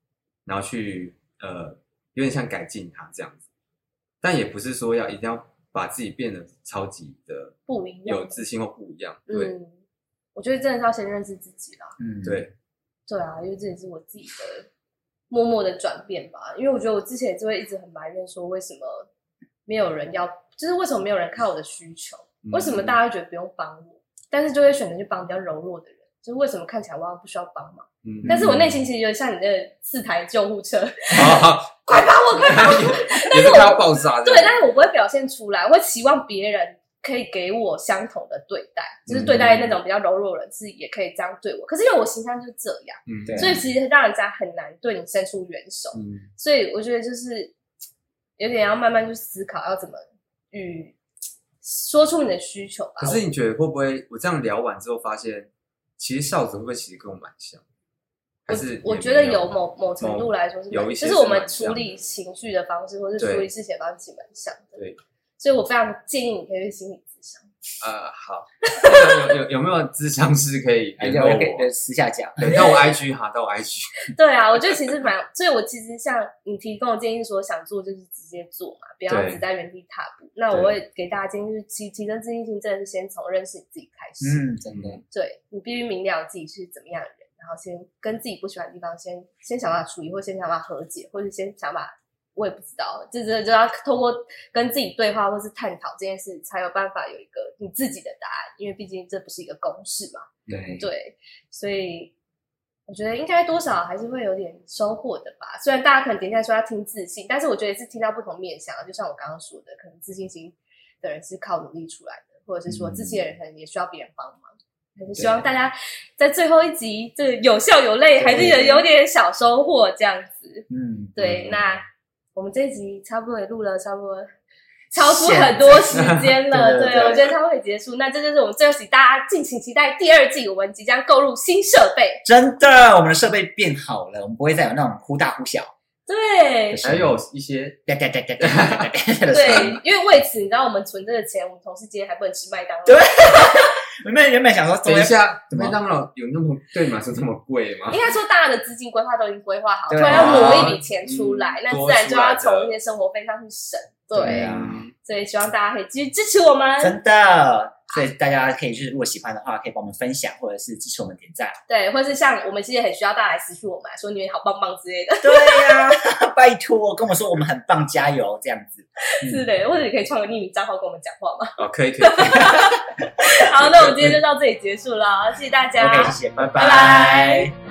然后去呃有点像改进它这样子，但也不是说要一定要把自己变得超级的不一样， 有自信或不一样。对， 嗯，我觉得真的是要先认识自己啦。 嗯，对， 对啊，因为这也是我自己的默默的转变吧。因为我觉得我之前就会一直很埋怨说，为什么没有人要，就是为什么没有人看我的需求？嗯、为什么大家会觉得不用帮我，但是就会选择去帮比较柔弱的人？就是为什么看起来我不需要帮忙？嗯，但是我内心其实有像你那四台救护车，啊、快帮我，快帮我！但是我要爆炸， 对，但是我不会表现出来，我会期望别人可以给我相同的对待，就是对待那种比较柔弱的人是也可以这样对我。可是因为我形象就是这样，嗯，对，所以其实让人家很难对你伸出援手。嗯，所以我觉得就是有点要慢慢去思考要怎么与说出你的需求吧。 可是你觉得会不会我这样聊完之后发现，其实孝子会不会其实跟我蛮像？还是我我觉得有某某程度来说是有一些，就是我们处理情绪的方式，或是处理事情的方式蛮像的。对，所以我非常建议你可以去心理咨商。 呃，好，有有有没有咨商师可以联络我？ 私下讲， 对，到我 I G 哈，到我 I G。 对啊，我觉得其实蛮，所以我其实像你提供的建议说，想做就是直接做嘛，不要只在原地踏步。那我会给大家建议，就是提提升自信心，真的是先从认识你自己开始。 嗯，真的。 对，你必须明了自己是怎么样的人，然后先跟自己不喜欢的地方先先想办法处理，或先想办法和解，或者先想办法。我也不知道，就真的就要透过跟自己对话或是探讨这件事，才有办法有一个你自己的答案。因为毕竟这不是一个公式嘛。 对对，所以我觉得应该多少还是会有点收获的吧。虽然大家可能点进来说要听自信，但是我觉得也是听到不同面向。就像我刚刚说的，可能自信心的人是靠努力出来的，或者是说自信的人可能也需要别人帮忙。还是希望大家在最后一集这个有笑有泪，还是有有点小收获这样子。嗯，对，那。我们这一集差不多也录了差不多超出很多时间了，对, 对, 对，我觉得差不多也结束。那这就是我们最后一集，大家敬请期待第二季，我们即将购入新设备。 真的，我们的设备变好了，我们不会再有那种忽大忽小。 对， 还有一些对，因为为此你知道我们存这个钱，我们同事今天还不能吃麦当劳。 对。原本原本想说， 等一下，麦当劳有那么对你来说这么贵吗？ 应该说大家的资金规划都已经规划好，突然要挪一笔钱出来，那自然就要从那些生活费上去省。对啊，所以希望大家可以继续支持我们。 真的，所以大家可以就是如果喜欢的话，可以帮我们分享，或者是支持我们点赞。 对，或是像我们其实也很需要大家来私讯我们，说你们好棒棒之类的。 对呀、啊，拜托跟我们说我们很棒，加油这样子。 嗯、是的，或者你可以创个匿名账号跟我们讲话嘛。 哦，可以可以。 好，那我们今天就到这里结束了，谢谢大家。 OK， 谢谢，拜拜。 拜拜。